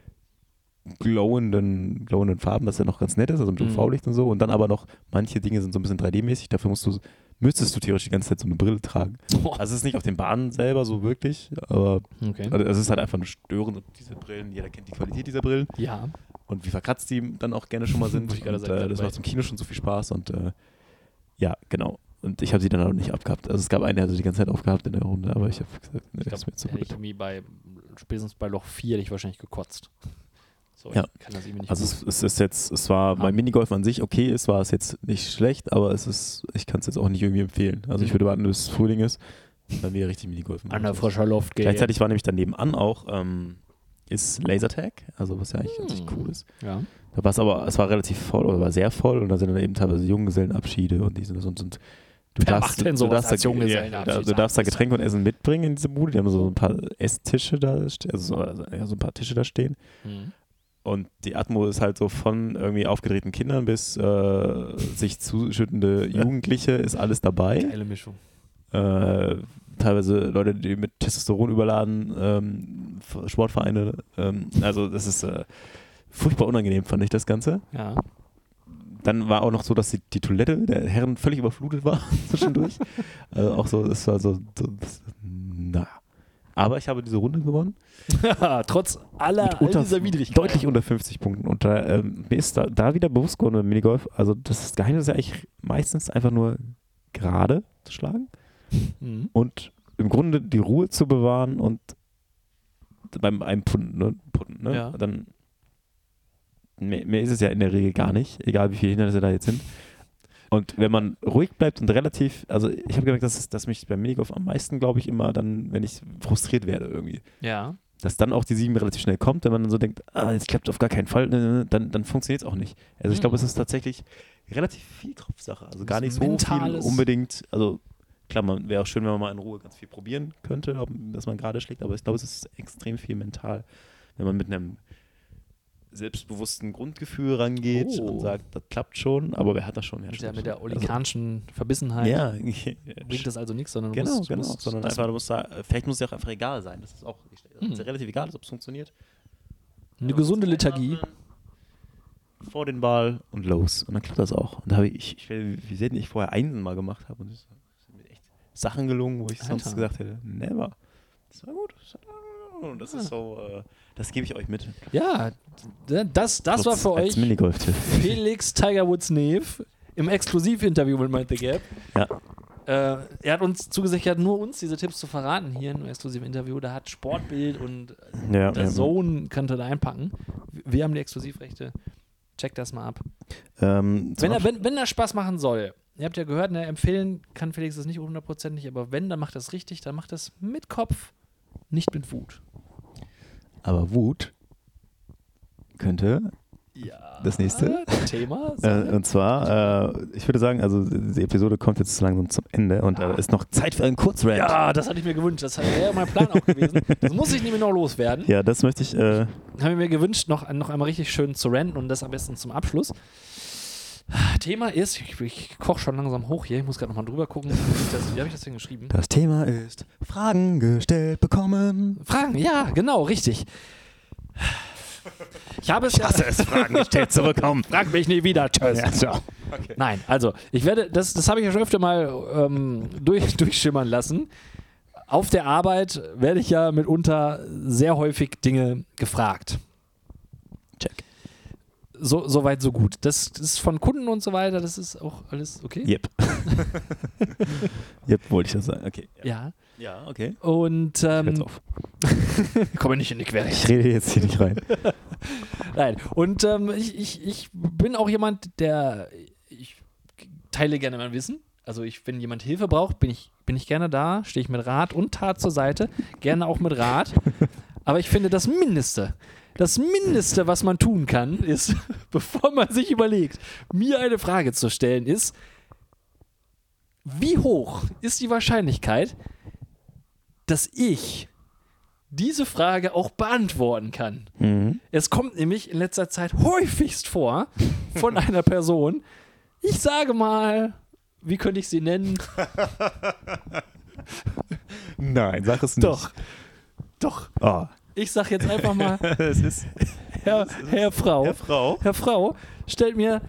glowenden, glowenden Farben, was ja noch ganz nett ist, also mit U V-Licht und so. Und dann aber noch, manche Dinge sind so ein bisschen drei D-mäßig, dafür musst du, müsstest du theoretisch die ganze Zeit so eine Brille tragen. Boah. Also es ist nicht auf den Bahnen selber so wirklich, aber Okay. also es ist halt einfach nur störend und diese Brillen, jeder kennt die Qualität dieser Brillen Ja. und wie verkratzt die dann auch gerne schon mal sind. Wollte ich gerade und, sagen, äh, das dabei. macht im Kino schon so viel Spaß und äh, ja, genau. Und ich habe sie dann auch nicht abgehabt. Also es gab einen, der hat sie die ganze Zeit aufgehabt in der Runde, aber ich habe gesagt, nee, Ich das ist mir zu glaube, blöd. irgendwie bei, spätestens bei Loch vier hätte ich wahrscheinlich gekotzt. So, Ja. ich kann das irgendwie nicht Also gut. es, es ist jetzt, es war Ah. beim Minigolf an sich okay, es war es jetzt nicht schlecht, aber es ist, ich kann es jetzt auch nicht irgendwie empfehlen. Also ich Mhm. würde warten, bis es Frühling ist, dann wieder richtig Minigolf machen. An der frischer Luft gehen. Gleichzeitig war nämlich daneben an auch ähm, ist Lasertag, also was ja eigentlich an sich Hm. cool ist. Ja. Da war es aber, es war relativ voll oder war sehr voll und da sind dann eben teilweise Junggesellenabschiede und diese und, und du Wer darfst, macht denn du sowas darfst als da, Junggesellenabschied? ja, du darfst da Getränke und Essen mitbringen in diese Bude. Die haben so ein paar Esstische da, ste- also so, also, ja, so ein paar Tische da stehen. Mhm. Und die Atmo ist halt so von irgendwie aufgedrehten Kindern bis äh, sich zuschüttende Jugendliche ist alles dabei. Geile Mischung. Äh, teilweise Leute, die mit Testosteron überladen, ähm, F- Sportvereine. Ähm, also das ist äh, furchtbar unangenehm, fand ich das Ganze. Ja. Dann war auch noch so, dass die, die Toilette der Herren völlig überflutet war zwischendurch. Also auch so, das war so, so das, naja. Aber ich habe diese Runde gewonnen. Trotz aller Mit all unter, dieser Widrigkeiten. deutlich unter fünfzig Punkten. Und da, ähm, mir ist da, da wieder bewusst geworden im Minigolf, also das Geheimnis ist ja eigentlich meistens einfach nur gerade zu schlagen Mhm. und im Grunde die Ruhe zu bewahren und beim einem Putten, ne? Putten, ne? Ja. Dann mehr, mehr ist es ja in der Regel gar nicht, egal wie viele Hindernisse da jetzt sind. Und wenn man ruhig bleibt und relativ, also ich habe gemerkt, dass, es- dass mich beim Minigolf am meisten, glaube ich, immer dann, wenn ich frustriert werde irgendwie, Ja. dass dann auch die sieben relativ schnell kommt, wenn man dann so denkt, ah, jetzt klappt auf gar keinen Fall, ne, dann, dann funktioniert es auch nicht. Also ich glaube, es ist tatsächlich relativ viel Kopfsache, also gar nicht so viel Mentales. unbedingt, also klar, man wäre auch schön, wenn man mal in Ruhe ganz viel probieren könnte, ob, dass man gerade schlägt, aber ich glaube, es ist extrem viel mental, wenn man mit einem selbstbewussten Grundgefühl rangeht Oh. und sagt, das klappt schon, aber wer hat das schon? Ja, Mit der, stimmt. mit der Also, olikanischen Verbissenheit ja, bringt das also nichts, sondern du genau, musst, du genau, musst sondern das einfach, du musst da, vielleicht muss es ja auch einfach egal sein, das ist auch das ist ja Hm. relativ egal, ob es funktioniert. eine gesunde Liturgie. Vor den Ball und los. Und dann klappt das auch. Und da habe ich, ich, wie selten ich vorher Einsen mal gemacht habe. Und es sind mir echt Sachen gelungen, wo ich Alter. sonst gesagt hätte, never. Das war gut. Das war- Und das ist so, äh, das gebe ich euch mit. Ja, das, das war Kurz für als euch Minigolf-Tipp. Felix Tiger Woods Neef im Exklusivinterview mit Mind the Gap. Ja. Äh, er hat uns zugesichert, nur uns diese Tipps zu verraten hier im exklusiven Interview. Da hat Sportbild und Ja, der ja. Zone könnte da einpacken. Wir haben die Exklusivrechte. Checkt das mal ab. Ähm, zum Wenn er, Absch- wenn, wenn er Spaß machen soll, ihr habt ja gehört, ne, empfehlen kann Felix das nicht hundertprozentig, aber wenn, dann macht das richtig, dann macht das mit Kopf, nicht mit Wut. aber Wut könnte Ja. Das nächste? Thema. Äh, und zwar, äh, ich würde sagen, also die Episode kommt jetzt so langsam zum Ende und da ist noch Zeit für einen Kurzrant. Ja, das hatte ich mir gewünscht. Das wäre mein Plan auch gewesen. Das muss ich nämlich noch loswerden. Ja, das möchte ich. Äh, Habe ich mir gewünscht, noch, noch einmal richtig schön zu ranten und das am besten zum Abschluss. Thema ist, ich, ich koche schon langsam hoch hier, ich muss gerade nochmal drüber gucken. Das, wie habe ich das denn geschrieben? das Thema ist Fragen gestellt bekommen. Fragen, ja, genau, richtig. Ich habe es ja. es, Fragen gestellt zu bekommen. Frag mich nie wieder, tschüss. Ja, ciao. Okay. Nein, also, ich werde, das, das habe ich ja schon öfter mal ähm, durch, durchschimmern lassen. Auf der Arbeit werde ich ja mitunter sehr häufig Dinge gefragt. Check. So, so weit, so gut. Das ist von Kunden und so weiter, das ist auch alles okay? Yep. Yep, wollte ich das sagen. Okay. Ja. Ja, okay. Und Ich hör's ähm, auf. komme nicht in die Quere. Ich rede jetzt hier nicht rein. Nein. Und ähm, ich, ich, ich bin auch jemand, der ich teile gerne mein Wissen. Also ich, wenn jemand Hilfe braucht, bin ich, bin ich gerne da, stehe ich mit Rat und Tat zur Seite, gerne auch mit Rat. Aber ich finde, das Mindeste, das Mindeste, was man tun kann, ist, bevor man sich überlegt, mir eine Frage zu stellen, ist, wie hoch ist die Wahrscheinlichkeit, dass ich diese Frage auch beantworten kann? Mhm. Es kommt nämlich in letzter Zeit häufigst vor von einer Person, ich sage mal, wie könnte ich sie nennen? Nein, sag es nicht. Doch, doch. Oh. Ich sag jetzt einfach mal, es ist Herr, Herr Frau, Herr Frau. Herr Frau stellt mir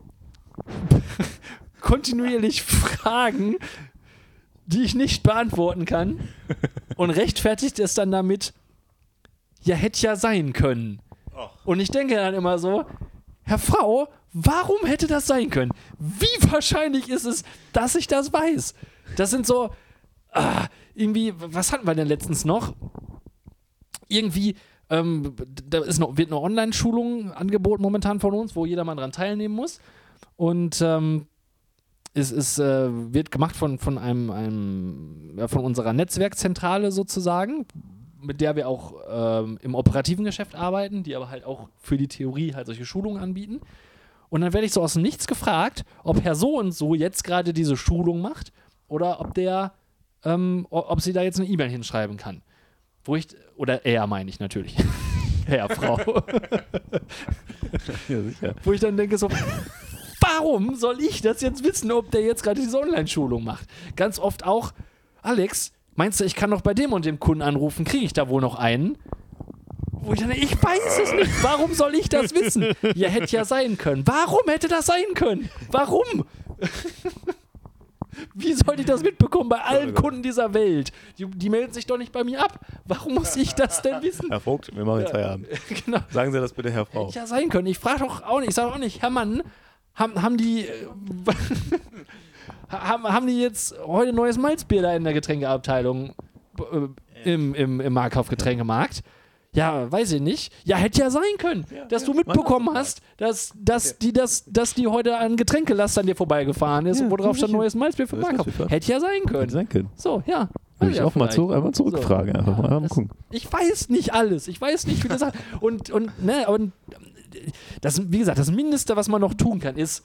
kontinuierlich Fragen, die ich nicht beantworten kann und rechtfertigt es dann damit, ja, hätte ja sein können. Oh. Und ich denke dann immer so, Herr Frau, warum hätte das sein können? Wie wahrscheinlich ist es, dass ich das weiß? Das sind so, ah, irgendwie, was hatten wir denn letztens noch? Irgendwie, ähm, da ist noch, wird eine Online-Schulung angeboten momentan von uns, wo jeder mal dran teilnehmen muss. Und ähm, es ist, äh, wird gemacht von, von einem, einem ja, von unserer Netzwerkzentrale sozusagen, mit der wir auch ähm, im operativen Geschäft arbeiten, die aber halt auch für die Theorie halt solche Schulungen anbieten. Und dann werde ich so aus dem Nichts gefragt, ob Herr so und so jetzt gerade diese Schulung macht oder ob der, ähm, ob sie da jetzt eine E-Mail hinschreiben kann. Wo ich, oder er meine ich natürlich. Herr, Frau. Ja, sicher. Wo ich dann denke so, warum soll ich das jetzt wissen, ob der jetzt gerade diese Online-Schulung macht? Ganz oft auch, Alex, meinst du, ich kann doch bei dem und dem Kunden anrufen, kriege ich da wohl noch einen? Wo ich dann denke, ich weiß es nicht, warum soll ich das wissen? Ja, hätte ja sein können. Warum hätte das sein können? Warum? Wie sollte ich das mitbekommen bei allen Kunden dieser Welt? Die, die melden sich doch nicht bei mir ab. Warum muss ich das denn wissen? Herr Vogt, wir machen jetzt Feierabend. Genau. Sagen Sie das bitte, Herr Frau. Hätte ja sein können. Ich frage doch auch nicht, ich sage auch nicht, Herr Mann, haben, haben die äh, haben, haben die jetzt heute neues Malzbier da in der Getränkeabteilung äh, im, im, im Marktkaufgetränkemarkt? Ja, weiß ich nicht. Ja, hätte ja sein können, ja, dass ja, du mitbekommen hast, dass, dass, ja. die, dass, dass die heute an Getränkelast an dir vorbeigefahren ist, ja, wo drauf stand neues Malzbier für Marktkauf. Hätte ja sein können. Hätte sein können. So, ja. Würde ich ja auch mal, zu, einmal zurückfragen. So. Einfach mal, mal gucken. Ich weiß nicht alles. Ich weiß nicht, wie das sagt. Und, und, ne, und das, wie gesagt, das Mindeste, was man noch tun kann, ist,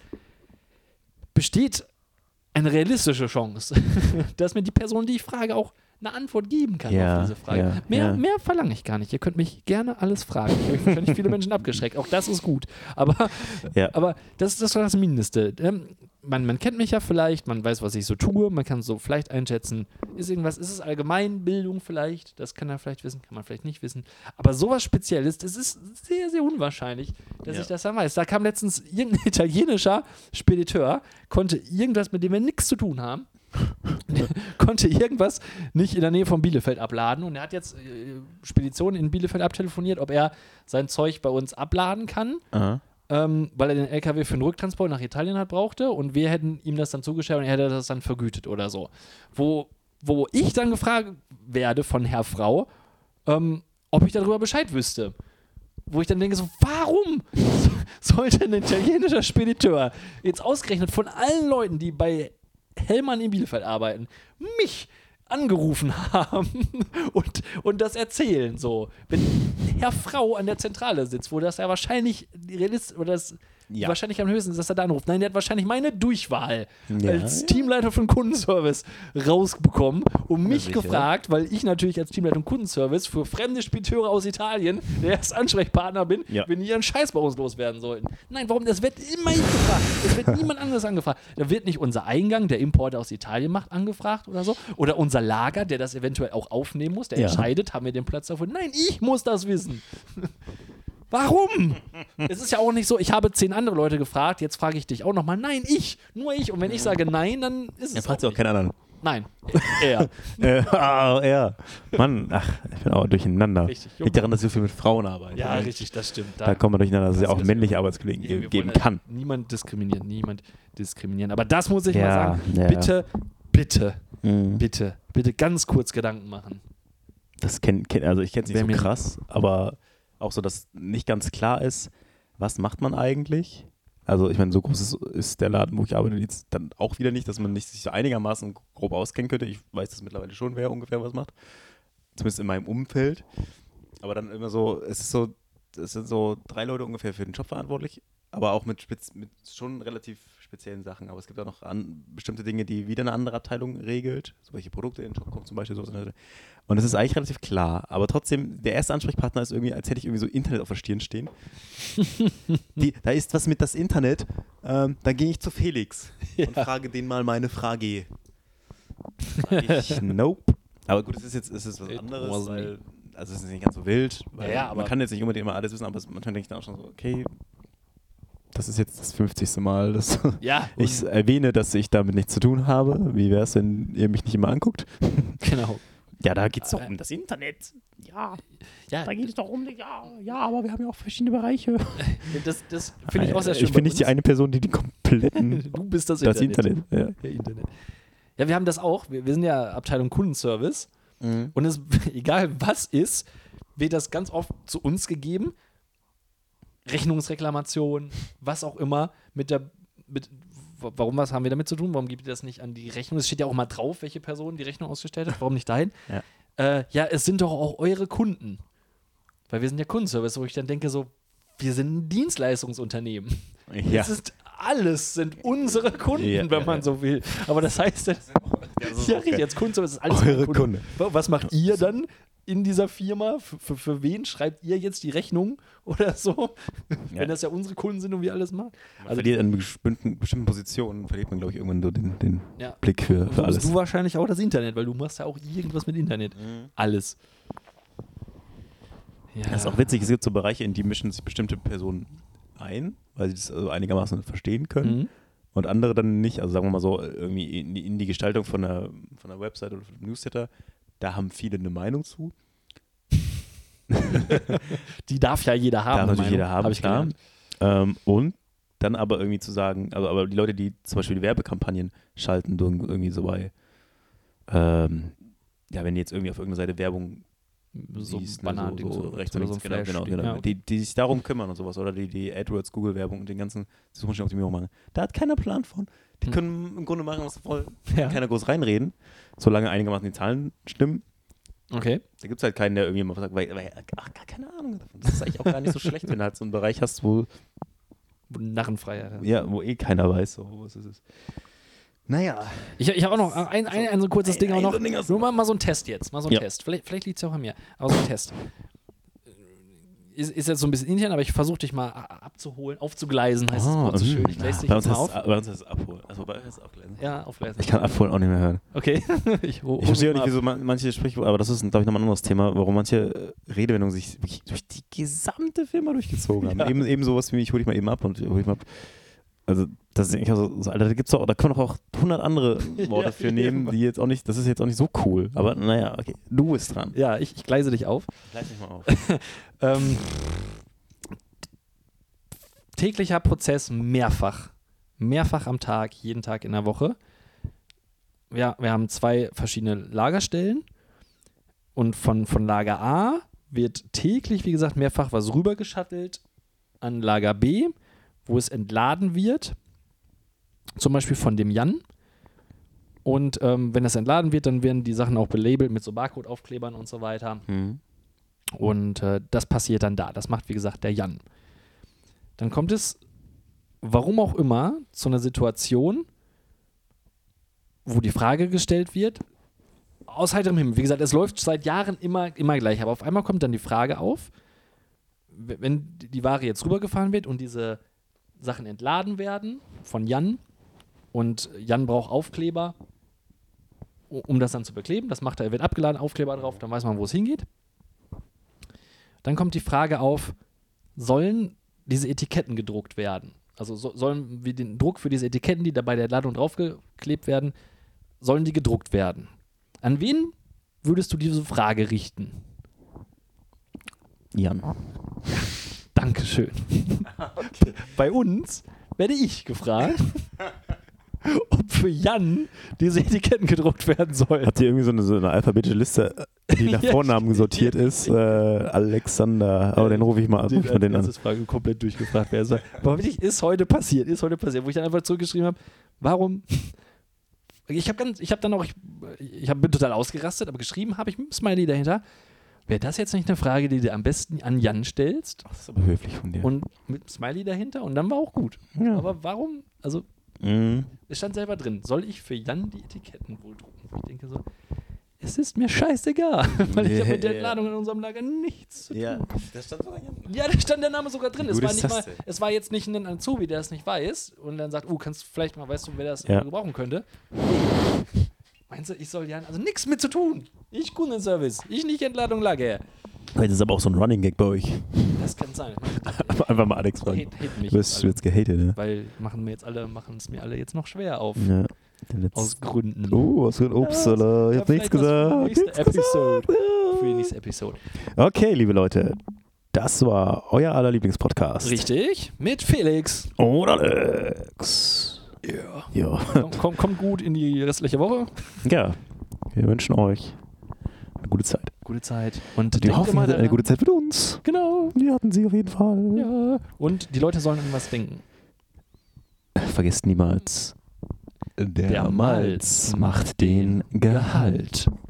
besteht eine realistische Chance, dass mir die Person, die ich frage, auch eine Antwort geben kann ja, auf diese Frage. Ja, mehr, ja. mehr verlange ich gar nicht. Ihr könnt mich gerne alles fragen. Ich habe wahrscheinlich viele Menschen abgeschreckt. Auch das ist gut. Aber, ja. aber das, das ist das Mindeste. Ähm, man, man kennt mich ja vielleicht, man weiß, was ich so tue, man kann so vielleicht einschätzen, ist irgendwas, ist es Allgemeinbildung vielleicht? Das kann er vielleicht wissen, kann man vielleicht nicht wissen. Aber sowas Spezielles, das ist sehr, sehr unwahrscheinlich, dass ja. ich das dann weiß. Da kam letztens irgendein italienischer Spediteur, konnte irgendwas, mit dem wir nichts zu tun haben, konnte irgendwas nicht in der Nähe von Bielefeld abladen und er hat jetzt äh, Speditionen in Bielefeld abtelefoniert, ob er sein Zeug bei uns abladen kann, ähm, weil er den L K W für den Rücktransport nach Italien hat brauchte und wir hätten ihm das dann zugestellt und er hätte das dann vergütet oder so. Wo, wo ich dann gefragt werde von Herr Frau, ähm, ob ich darüber Bescheid wüsste. Wo ich dann denke so, warum sollte ein italienischer Spediteur jetzt ausgerechnet von allen Leuten, die bei Hellmann in Bielefeld arbeiten, mich angerufen haben und, und das erzählen. So. Wenn Herr Frau an der Zentrale sitzt, wo das ja wahrscheinlich realist oder das ja. wahrscheinlich am höchsten ist, dass er da anruft. Nein, der hat wahrscheinlich meine Durchwahl ja, als ja. Teamleiter von Kundenservice rausbekommen und mich ja, gefragt, weil ich natürlich als Teamleiter von Kundenservice für fremde Spediteure aus Italien der erste Ansprechpartner bin, ja. wenn die ihren Scheiß bei uns loswerden sollten. Nein, warum? Das wird immer ich gefragt. Es wird niemand anderes angefragt. Da wird nicht unser Eingang, der Importer aus Italien macht, angefragt oder so. Oder unser Lager, der das eventuell auch aufnehmen muss, der ja. entscheidet, haben wir den Platz davon. Nein, ich muss das wissen. Warum? Es ist ja auch nicht so, ich habe zehn andere Leute gefragt, jetzt frage ich dich auch nochmal. Nein, ich, nur ich. Und wenn ich sage nein, dann ist es. Er fragt auch keinen anderen. Nein, er. äh, oh, er. Mann, ach, ich bin auch durcheinander. Richtig. Liegt daran, dass wir viel mit Frauen arbeiten. Ja, ne? Richtig, das stimmt. Da, da kommen wir durcheinander, dass es ja auch männliche Arbeitskollegen ja, geben kann. Halt niemand diskriminieren, niemand diskriminieren. Aber das muss ich ja, mal sagen. Ja. Bitte, bitte, mhm. bitte, bitte ganz kurz Gedanken machen. Das kenn, kenn also ich kenne es nicht so krass, aber auch so, dass nicht ganz klar ist, was macht man eigentlich? Also ich meine, so groß ist, ist der Laden, wo ich arbeite, jetzt dann auch wieder nicht, dass man nicht sich so einigermaßen grob auskennen könnte. Ich weiß das mittlerweile schon, wer ungefähr was macht. Zumindest in meinem Umfeld. Aber dann immer so, es ist so, es sind so drei Leute ungefähr für den Job verantwortlich, aber auch mit, spez, mit schon relativ speziellen Sachen. Aber es gibt auch noch an, bestimmte Dinge, die wieder eine andere Abteilung regelt, so welche Produkte in den Job kommen zum Beispiel. Sowas. Und es ist eigentlich relativ klar, aber trotzdem, der erste Ansprechpartner ist irgendwie, als hätte ich irgendwie so Internet auf der Stirn stehen. die, da ist was mit das Internet, ähm, dann gehe ich zu Felix ja. und frage den mal meine Frage. Sag ich, nope. Aber gut, es ist jetzt es ist was anderes, weil, also es ist nicht ganz so wild, weil ja, ja, aber man kann jetzt nicht unbedingt immer alles wissen, aber manchmal denke ich dann auch schon so, okay, das ist jetzt das fünfzigste Mal, dass ja, ich erwähne, dass ich damit nichts zu tun habe. Wie wäre es, wenn ihr mich nicht immer anguckt? Genau. Ja, da geht es doch um das Internet. Ja, ja, da geht es doch um, ja, ja, aber wir haben ja auch verschiedene Bereiche. Das, das finde ich auch sehr schön. Ich bin nicht die eine Person, die die kompletten... Du bist das, das Internet. Internet. Ja. Internet. Ja, wir haben das auch. Wir, wir sind ja Abteilung Kundenservice. Mhm. Und es, egal was ist, wird das ganz oft zu uns gegeben. Rechnungsreklamation, was auch immer, mit der, mit, warum, was haben wir damit zu tun? Warum gibt ihr das nicht an die Rechnung? Es steht ja auch mal drauf, welche Person die Rechnung ausgestellt hat. Warum nicht dahin? Ja, äh, ja es sind doch auch eure Kunden. Weil wir sind ja Kundenservice, wo ich dann denke so, wir sind ein Dienstleistungsunternehmen. Ja. Das ist alles sind unsere Kunden, ja, wenn man ja. so will. Aber das heißt, das ja, richtig, jetzt Kundenservice ist alles eure Kunde. Kunde. Was macht ihr dann in dieser Firma? Für, für, für wen schreibt ihr jetzt die Rechnung oder so? Ja. Wenn das ja unsere Kunden sind und wir alles machen. Man also verliert in bestimmten, bestimmten Positionen, verliert man, glaube ich, irgendwann so den, den ja. Blick für, für so alles. Du wahrscheinlich auch das Internet, weil du machst ja auch irgendwas mit Internet. Mhm. Alles. Ja. Das ist auch witzig, es gibt so Bereiche, in die mischen sich bestimmte Personen ein, weil sie das also einigermaßen verstehen können. Mhm. Und andere dann nicht, also sagen wir mal so, irgendwie in die, in die Gestaltung von einer, von einer Website oder von einem Newsletter, da haben viele eine Meinung zu. Die darf ja jeder haben. Darf natürlich Meinung, jeder haben, hab ich klar. Ähm, und dann aber irgendwie zu sagen, also aber die Leute, die zum Beispiel die Werbekampagnen schalten, irgendwie so bei, ähm, ja, wenn die jetzt irgendwie auf irgendeiner Seite Werbung so siehst, banal, ne, so, so, so rechts und links, so genau, genau, genau. Ja, okay. die, die sich darum kümmern und sowas, oder die, die AdWords, Google-Werbung und den ganzen Suchmaschinenoptimierung machen. Da hat keiner Plan von. Die hm. können im Grunde machen, was sie wollen. Ja. Keiner groß reinreden, solange einigermaßen die Zahlen stimmen. Okay. Da gibt es halt keinen, der irgendwie mal sagt, weil, weil, ach, gar keine Ahnung davon. Das ist eigentlich auch gar nicht so schlecht, wenn du halt so einen Bereich hast, wo wo Narrenfreiheit hast. Ja, wo eh keiner weiß, so, was es ist. Naja. Ich, ich habe auch noch ein, ein, ein so kurzes ein, Ding auch noch. Ding Nur mal, mal so ein Test jetzt. Mal so ein ja. Test. Vielleicht, vielleicht liegt es ja auch an mir. Aber so ein Test. Ist, ist jetzt so ein bisschen intern, aber ich versuche dich mal abzuholen, aufzugleisen, heißt das Wort so schön. Ich lese dich bei jetzt mal auf. Bei uns heißt es abholen. Also bei uns heißt es aufgleisen. Ja, aufgleisen. Ich kann abholen auch nicht mehr hören. Okay. ich ich verstehe auch nicht, wieso man, manche Sprichwörter, aber das ist, glaube ich, nochmal ein anderes Thema, warum manche Redewendungen sich wirklich durch die gesamte Firma durchgezogen haben. Ja. Eben, eben sowas wie, ich hole dich mal eben ab und hole dich mal ab. Also, das ist eigentlich so, so Alter, da gibt's doch, da können wir doch auch hundert andere Worte ja, für nehmen, die jetzt auch nicht, das ist jetzt auch nicht so cool. Aber naja, okay, du bist dran. Ja, ich, ich gleise dich auf. Gleise dich mal auf. ähm, täglicher Prozess mehrfach. Mehrfach am Tag, jeden Tag in der Woche. Ja, wir haben zwei verschiedene Lagerstellen. Und von, von Lager A wird täglich, wie gesagt, mehrfach was rübergeschattelt an Lager B, wo es entladen wird, zum Beispiel von dem Jan. Und ähm, wenn das entladen wird, dann werden die Sachen auch belabelt mit so Barcode-Aufklebern und so weiter. Mhm. Und äh, das passiert dann da. Das macht, wie gesagt, der Jan. Dann kommt es, warum auch immer, zu einer Situation, wo die Frage gestellt wird, aus heiterem Himmel. Wie gesagt, es läuft seit Jahren immer, immer gleich. Aber auf einmal kommt dann die Frage auf, wenn die Ware jetzt rübergefahren wird und diese Sachen entladen werden von Jan und Jan braucht Aufkleber, um das dann zu bekleben. Das macht er, er wird abgeladen, Aufkleber drauf, dann weiß man, wo es hingeht. Dann kommt die Frage auf, sollen diese Etiketten gedruckt werden? Also so, sollen wir den Druck für diese Etiketten, die da bei der Entladung draufgeklebt werden, sollen die gedruckt werden? An wen würdest du diese Frage richten? Jan. Dankeschön. Okay. Bei uns werde ich gefragt, ob für Jan diese Etiketten gedruckt werden sollen. Habt ihr irgendwie so eine, so eine alphabetische Liste, die nach Vornamen sortiert ist? Äh, Alexander, aber oh, den rufe ich mal an. Den, den an. Frage komplett durchgefragt. Wer soll. Aber wirklich, ist heute passiert, ist heute passiert, wo ich dann einfach zurückgeschrieben habe, warum... Ich habe ganz, ich habe dann auch, ich, ich hab, bin total ausgerastet, aber geschrieben habe ich ein Smiley dahinter. Wäre das jetzt nicht eine Frage, die du am besten an Jan stellst? Das ist aber höflich von dir. Und mit Smiley dahinter und dann war auch gut. ja. Aber warum, also Mhm. es stand selber drin, soll ich für Jan die Etiketten wohl drucken? Ich denke so, es ist mir scheißegal, weil ich habe mit der Entladung in unserem Lager nichts zu tun. Ja, das stand sogar Jan. Ja, da stand der Name sogar drin. Wie Es gut war, ist nicht das mal, denn? es war jetzt nicht ein Azubi, der es nicht weiß und dann sagt, oh, kannst du vielleicht mal, weißt du, wer das Ja. gebrauchen könnte? Meinst du, ich soll Jan, also nichts mit zu tun. Ich Kundenservice, ich nicht Entladung Lager. Das ist aber auch so ein Running Gag bei euch. Das kann sein. Einfach mal Alex fragen. Hate, hate mich Du wirst jetzt alle, jetzt gehatet, ne? weil machen mir jetzt alle, machen es mir alle jetzt noch schwer auf. Ja. Der Aus letzte. Gründen. Oh, was für ein Upsala. Ich Ja, hab nichts vielleicht was für die gesagt. nächste Episode. gesagt. Für die nächste Episode. Okay, liebe Leute. Das war euer aller Lieblingspodcast. Richtig, mit Felix. Und Alex. Ja. Ja. Kommt komm, komm gut in die restliche Woche. Ja. Wir wünschen euch eine gute Zeit. Gute Zeit. Und Wir denkt hoffen, immer ihr hattet eine daran- gute Zeit mit uns. Genau. Die hatten sie auf jeden Fall. Ja. Und die Leute sollen an was denken. Vergesst niemals, der, Der Malz Malz macht den Gehalt.